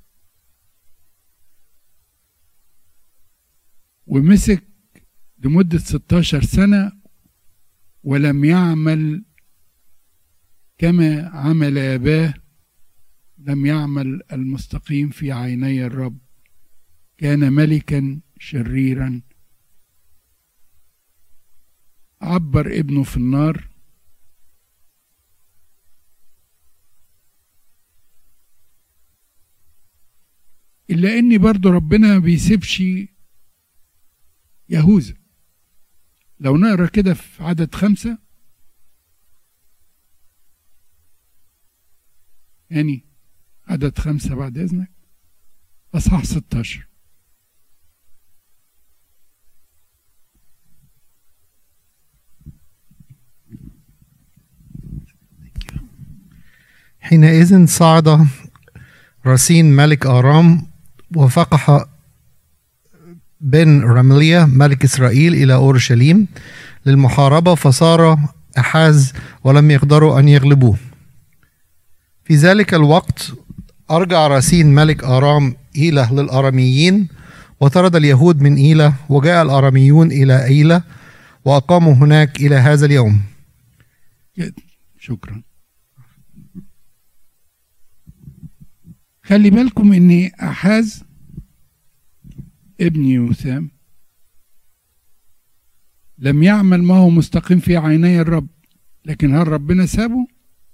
[SPEAKER 1] ومسك لمدة 16 سنة، ولم يعمل كما عمل أباه، لم يعمل المستقيم في عيني الرب، كان ملكا شريرا. عبر ابنه في النار، إلا إني برضو ربنا ما بيسيبش يهوذا. لو نقرأ كده في عدد 5 يعني عدد 5 بعد إذنك، أصحاح 16.
[SPEAKER 5] حينئذ صعد رسين ملك آرام وفقح بن رملية ملك إسرائيل إلى أورشليم للمحاربة، فصار أحاز ولم يقدروا أن يغلبوه. في ذلك الوقت أرجع رسين ملك آرام إيلة للآراميين، وطرد اليهود من إيلة، وجاء الآراميون إلى إيلة وأقاموا هناك إلى هذا اليوم.
[SPEAKER 1] شكرا. خلي بالكم ان أحاز ابن يوثام لم يعمل ما هو مستقيم في عيني الرب، لكن هل ربنا سابه؟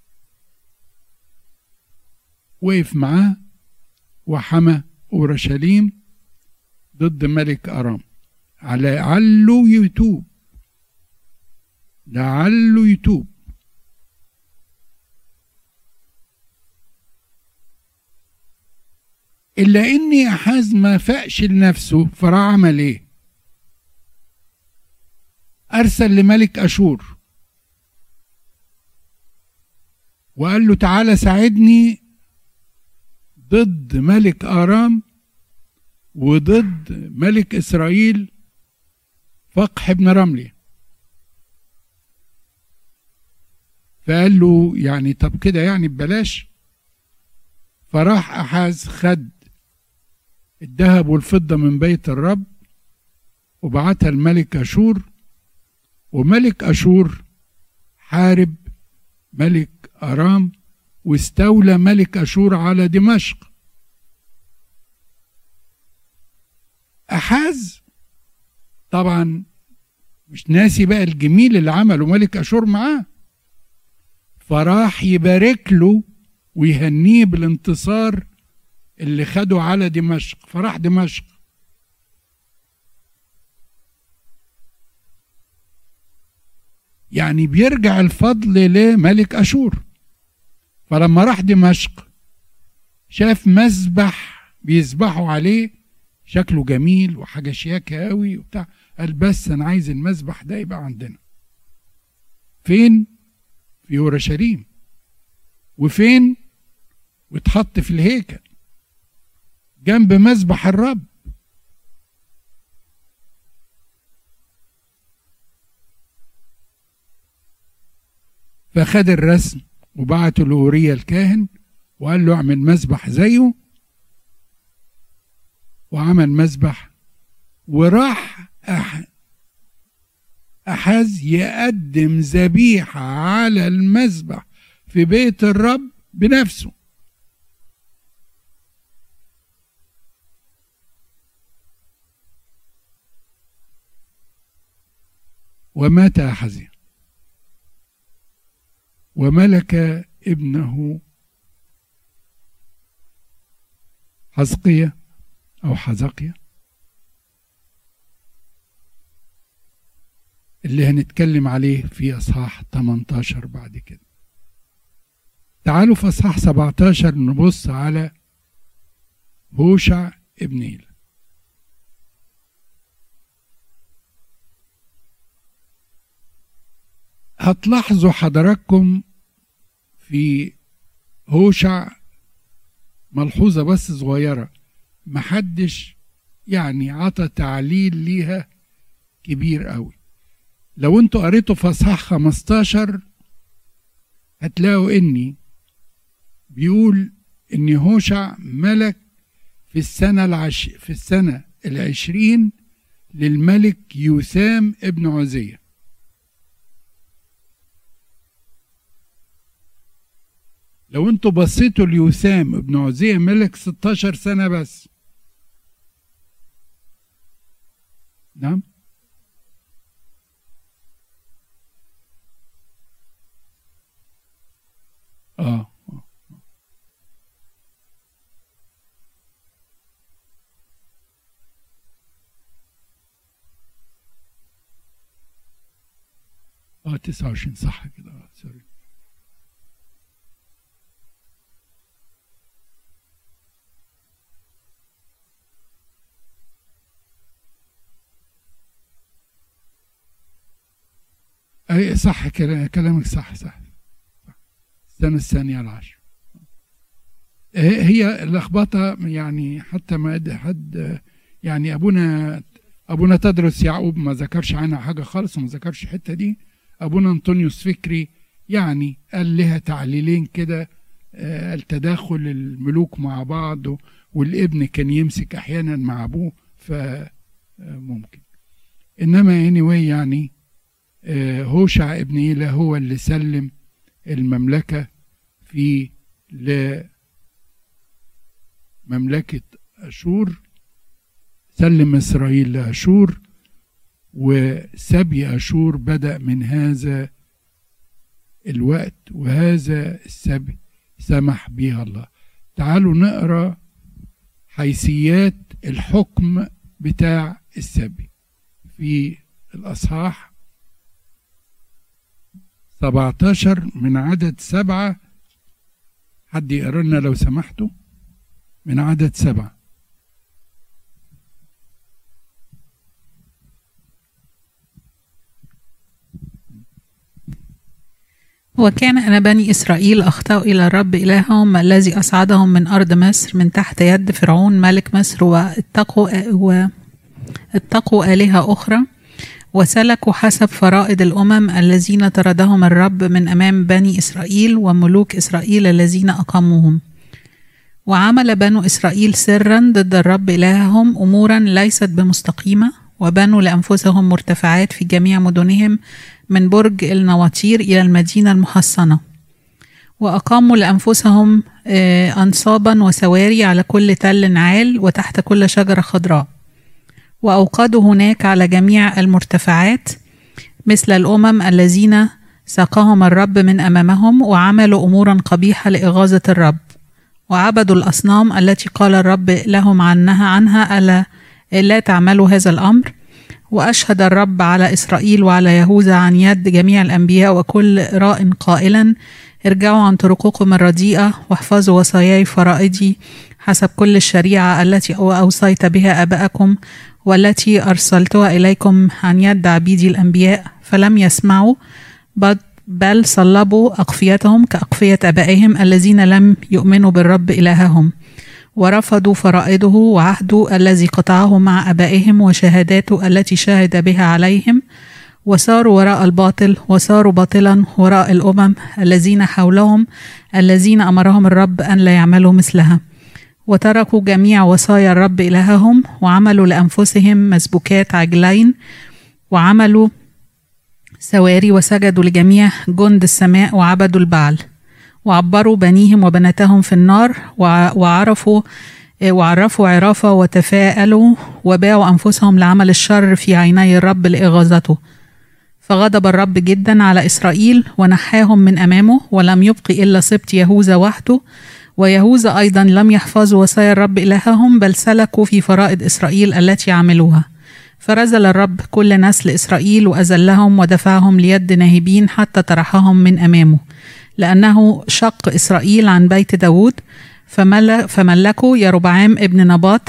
[SPEAKER 1] وقف معاه وحمى أورشليم ضد ملك أرام، لعله يتوب، لعله يتوب. إلا إني أحاز ما فاقش لنفسه، فراح عمل إيه؟ أرسل لملك أشور وقال له تعالى ساعدني ضد ملك آرام وضد ملك إسرائيل فقح بن رملي. فقال له يعني طب كده يعني ببلاش. فراح أحاز خد الذهب والفضة من بيت الرب وبعتها الملك أشور، وملك أشور حارب ملك أرام واستولى ملك أشور على دمشق. أحاز طبعا مش ناسي بقى الجميل اللي عمله ملك أشور معاه، فراح يبارك له ويهنيه بالانتصار اللي خده على دمشق. فراح دمشق، يعني بيرجع الفضل لملك أشور. فلما راح دمشق شاف مذبح بيذبحوا عليه شكله جميل وحاجة شياكة قوي وبتاع، قال بس أنا عايز المذبح ده يبقى عندنا. فين؟ في أورشليم. وفين؟ واتحط في الهيكل جنب مذبح الرب. فخد الرسم وبعته لأوريا الكاهن وقال له اعمل مذبح زيه، وعمل مذبح. وراح أحاز يقدم ذبيحة على المذبح في بيت الرب بنفسه. ومات أحزيا وملك ابنه حزقيا أو حزقيا اللي هنتكلم عليه في أصحاح 18 بعد كده. تعالوا في اصحاح 17 نبص على هوشع ابن إيلا. هتلاحظوا حضراتكم في هوشع ملحوظة بس صغيرة، محدش يعني عطى تعليل ليها كبير قوي. لو انتوا قريتوا في اصحاح 15 هتلاقوا اني بيقول ان هوشع ملك في السنة 20 للملك يوثام ابن عزية. لو انتوا بصيتوا ليوثام ابن عزية ملك 16 سنة بس. نعم، اه 29 صح كده، سوري. اي صح، كلامك صح. السنة الثانية العشر. هي اللخبطة يعني، حتى ما حد يعني أبونا تدرس يعقوب ما ذكرش عنها حاجة خالص، وما ذكرش الحتة دي. أبونا أنطونيوس فكري يعني قال لها تعليلين كده، التداخل الملوك مع بعض، والابن كان يمسك أحيانا مع أبوه، فممكن. إنما anyway يعني هوشع ابن إيلا هو اللي سلم المملكة في لمملكة أشور، سلم إسرائيل لأشور، وسبي أشور بدأ من هذا الوقت، وهذا السبي سمح بها الله. تعالوا نقرأ حيثيات الحكم بتاع السبي في الأصحاح 17 من عدد 7. حد يقرأ لنا لو سمحتوا من عدد 7.
[SPEAKER 6] وكان أن بني إسرائيل أخطأوا إلى الرب إلههم الذي أصعدهم من أرض مصر من تحت يد فرعون ملك مصر، واتقوا آلهة أخرى، وسلكوا حسب فرائض الأمم الذين طردهم الرب من أمام بني إسرائيل وملوك إسرائيل الذين أقاموهم. وعمل بنو إسرائيل سرا ضد الرب إلههم أمورا ليست بمستقيمة، وبنوا لأنفسهم مرتفعات في جميع مدنهم من برج النواطير إلى المدينة المحصنة، وأقاموا لأنفسهم أنصابا وسواري على كل تل عال وتحت كل شجرة خضراء، وأوقدوا هناك على جميع المرتفعات مثل الأمم الذين ساقهم الرب من أمامهم، وعملوا أمورا قبيحة لإغاظة الرب، وعبدوا الأصنام التي قال الرب لهم عنها ألا تعملوا هذا الأمر. وأشهد الرب على إسرائيل وعلى يهوذا عن يد جميع الأنبياء وكل راء قائلا: ارجعوا عن طرقكم الرديئة واحفظوا وصاياي فرائدي حسب كل الشريعة التي أوصيت بها آباءكم والتي أرسلتها إليكم عن يد عبيدي الأنبياء. فلم يسمعوا بل صلبوا أقفيتهم كأقفية آبائهم الذين لم يؤمنوا بالرب إلههم، ورفضوا فرائضه وعهده الذي قطعه مع آبائهم وشهاداته التي شهد بها عليهم، وصاروا وراء الباطل، وصاروا باطلا وراء الأمم الذين حولهم الذين أمرهم الرب أن لا يعملوا مثلها، وتركوا جميع وصايا الرب إلههم، وعملوا لأنفسهم مسبوكات عجلين، وعملوا سواري، وسجدوا لجميع جند السماء، وعبدوا البعل، وعبروا بنيهم وبناتهم في النار، وعرفوا عرافة، وتفاءلوا وباعوا أنفسهم لعمل الشر في عيني الرب لإغاظته. فغضب الرب جدا على إسرائيل ونحاهم من أمامه، ولم يبق إلا سبط يهوذا وحده، ويهوذا أيضا لم يحفظوا وصايا الرب إلههم، بل سلكوا في فرائض إسرائيل التي عملوها. فرزل الرب كل نسل إسرائيل وأذلهم ودفعهم ليد ناهبين حتى طرحهم من أمامه، لأنه شق إسرائيل عن بيت داود، فملكوا يربعام ابن نباط،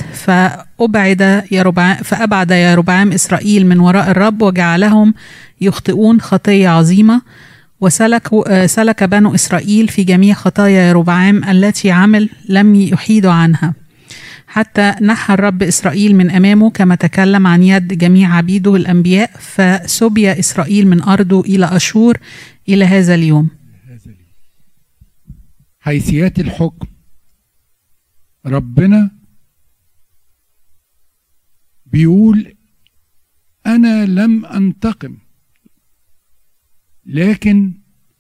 [SPEAKER 6] فأبعد يربعام إسرائيل من وراء الرب وجعلهم يخطئون خطية عظيمة. سلك بنو إسرائيل في جميع خطايا يربعام التي عمل لم يحيدوا عنها، حتى نحى الرب إسرائيل من أمامه كما تكلم عن يد جميع عبيده الأنبياء، فسبي إسرائيل من أرضه إلى أشور إلى هذا اليوم.
[SPEAKER 1] حيثيات الحكم، ربنا بيقول أنا لم أنتقم، لكن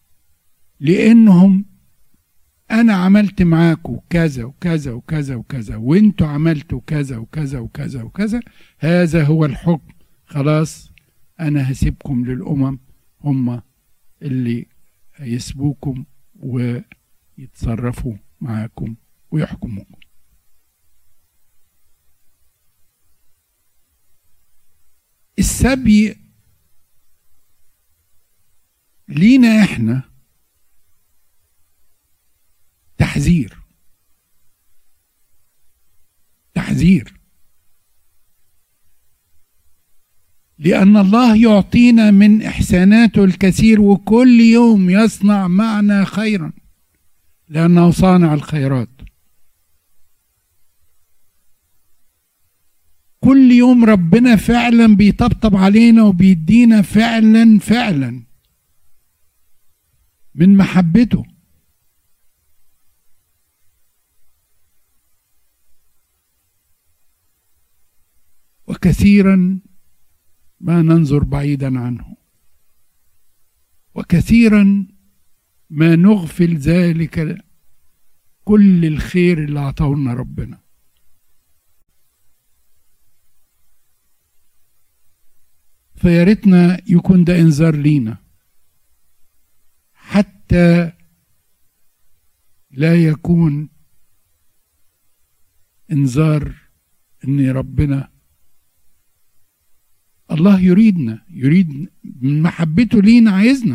[SPEAKER 1] لأنهم أنا عملت معاكم كذا وكذا وكذا وكذا وانتوا عملتوا كذا وكذا وكذا وكذا، هذا هو الحكم. خلاص أنا هسيبكم للأمم، هم اللي يسبوكم ويتصرفوا معاكم ويحكموكم. السبي لينا احنا تحذير، لأن الله يعطينا من إحساناته الكثير، وكل يوم يصنع معنا خيرا لأنه صانع الخيرات. كل يوم ربنا فعلا بيطبطب علينا وبيدينا فعلا من محبته. وكثيرا ما ننظر بعيدا عنه، وكثيرا ما نغفل ذلك كل الخير اللي عطاهولنا ربنا. فياريتنا يكون ده انذار لينا، حتى لا يكون انذار ان ربنا الله يريد من محبته لينا،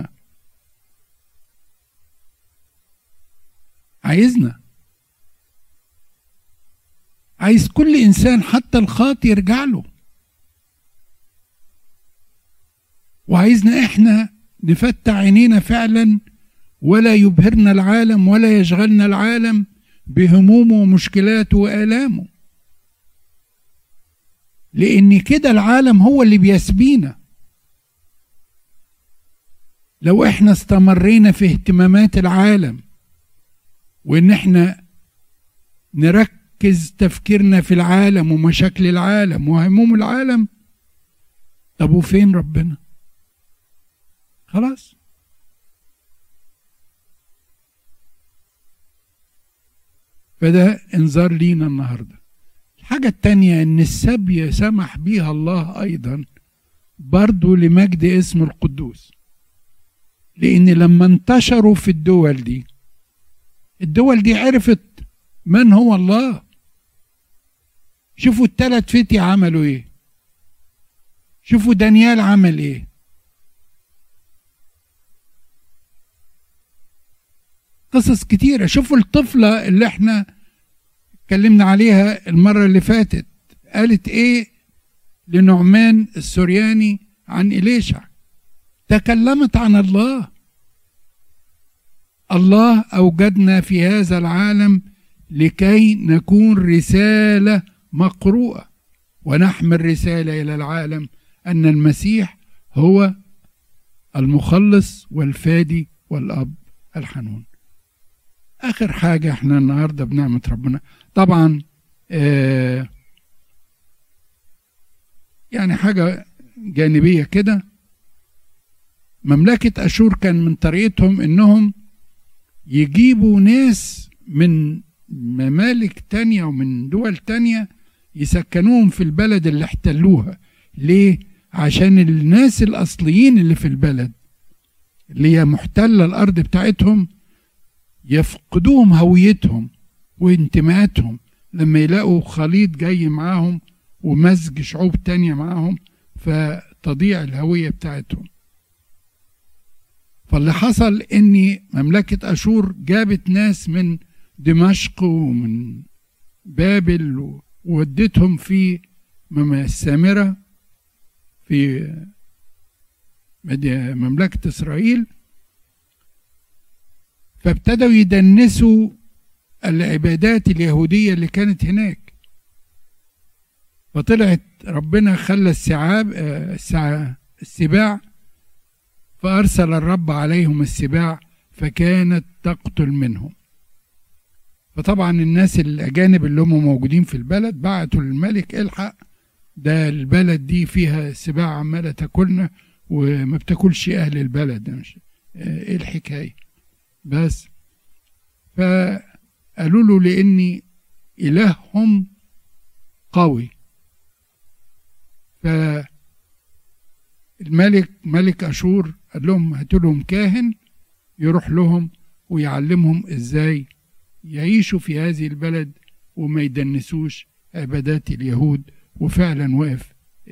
[SPEAKER 1] عايز كل انسان حتى الخاطئ يرجع له، وعايزنا احنا نفتح عينينا فعلا، ولا يبهرنا العالم ولا يشغلنا العالم بهمومه ومشكلاته وآلامه، لأن كده العالم هو اللي بيسبينا. لو احنا استمرينا في اهتمامات العالم، وان احنا نركز تفكيرنا في العالم ومشاكل العالم وهموم العالم، طب وفين ربنا؟ خلاص. فده انذار لينا النهارده. الحاجة التانية ان السبي سمح بيها الله ايضا برضو لمجد اسمه القدوس، لان لما انتشروا في الدول دي عرفت من هو الله. شوفوا الثلاث فتية عملوا ايه، شوفوا دانيال عمل ايه، قصص كتيرة. شوفوا الطفلة اللي احنا اتكلمنا عليها المرة اللي فاتت قالت ايه لنعمان السورياني عن إليشع، تكلمت عن الله أوجدنا في هذا العالم لكي نكون رسالة مقروءة، ونحمل رسالة إلى العالم أن المسيح هو المخلص والفادي والأب الحنون. آخر حاجة احنا النهاردة بنعمة ربنا طبعا يعني حاجة جانبية كده، مملكة أشور كان من طريقتهم انهم يجيبوا ناس من ممالك تانية ومن دول تانية يسكنوهم في البلد اللي احتلوها. ليه؟ عشان الناس الأصليين اللي في البلد اللي هي محتلة الأرض بتاعتهم يفقدوهم هويتهم وانتماءاتهم لما يلاقوا خليط جاي معاهم ومزج شعوب تانية معاهم، فتضيع الهوية بتاعتهم. فاللي حصل ان مملكة اشور جابت ناس من دمشق ومن بابل وودتهم في السامرة في مملكة اسرائيل، فابتدوا يدنسوا العبادات اليهودية اللي كانت هناك. فطلعت ربنا خلى السباع، فأرسل الرب عليهم السباع فكانت تقتل منهم. فطبعا الناس الأجانب اللي هم موجودين في البلد بعتوا للملك: الحق، ده البلد دي فيها سباع عمالة تاكلنا وما بتاكلش أهل البلد، مش إيه الحكاية؟ بس فقالوا له لأن إلههم قوي. فالملك ملك أشور قال لهم: هاتوا لهم كاهن يروح لهم ويعلمهم ازاي يعيشوا في هذه البلد وما يدنسوش عبادات اليهود. وفعلا وقف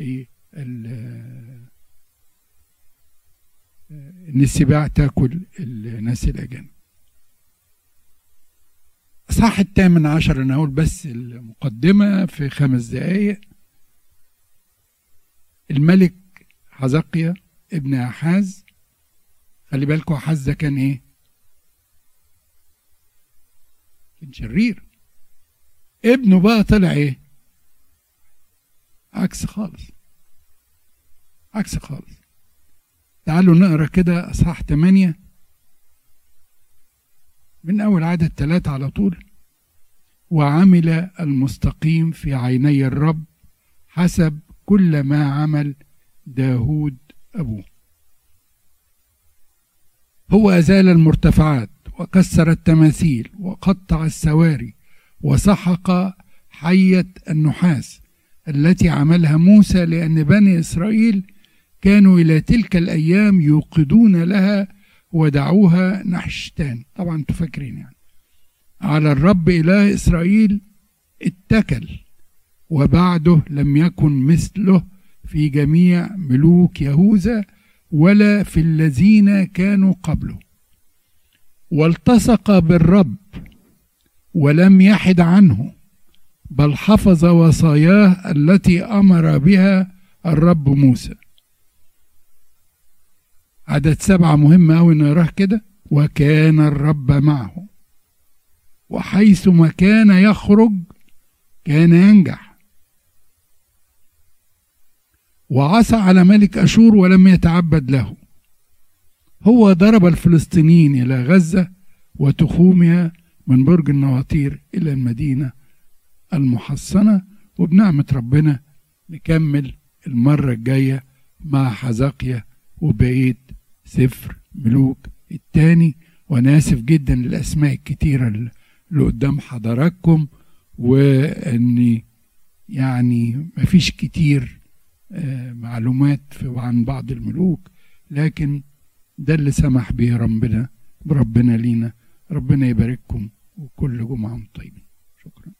[SPEAKER 1] ان السباع تاكل الناس الاجانب. اصحاح 18 انا هقول بس المقدمه في 5 دقائق. الملك حزقيا ابن احاز، خلي بالكم احاز ده كان ايه؟ كان شرير. ابنه بقى طلع ايه؟ عكس خالص، عكس خالص. تعالوا نقرا كده اصحاح 8 من اول عدد 3 على طول. وعمل المستقيم في عيني الرب حسب كل ما عمل داود أبوه. هو أزال المرتفعات وكسر التماثيل وقطع السواري وسحق حية النحاس التي عملها موسى، لأن بني إسرائيل كانوا إلى تلك الأيام يوقدون لها ودعوها نحشتان. طبعا انتوا فاكرين يعني. على الرب إله إسرائيل اتكل، وبعده لم يكن مثله في جميع ملوك يهوذا ولا في الذين كانوا قبله. والتصق بالرب ولم يحد عنه، بل حفظ وصاياه التي أمر بها الرب موسى. عدد 7 مهم أوي نقراه كده. وكان الرب معه، وحيثما كان يخرج كان ينجح. وعصى على ملك أشور ولم يتعبد له. هو ضرب الفلسطينيين إلى غزة وتخومها من برج النواطير إلى المدينة المحصنة. وبنعمة ربنا نكمل المرة الجاية مع حزقيا وبقية سفر ملوك الثاني. وأنا آسف جدا للأسماء الكتيرة اللي قدام حضراتكم، وأني يعني مفيش كتير معلومات عن بعض الملوك، لكن ده اللي سمح به ربنا لينا. ربنا يبارككم وكل جمعة طيبين. شكرا.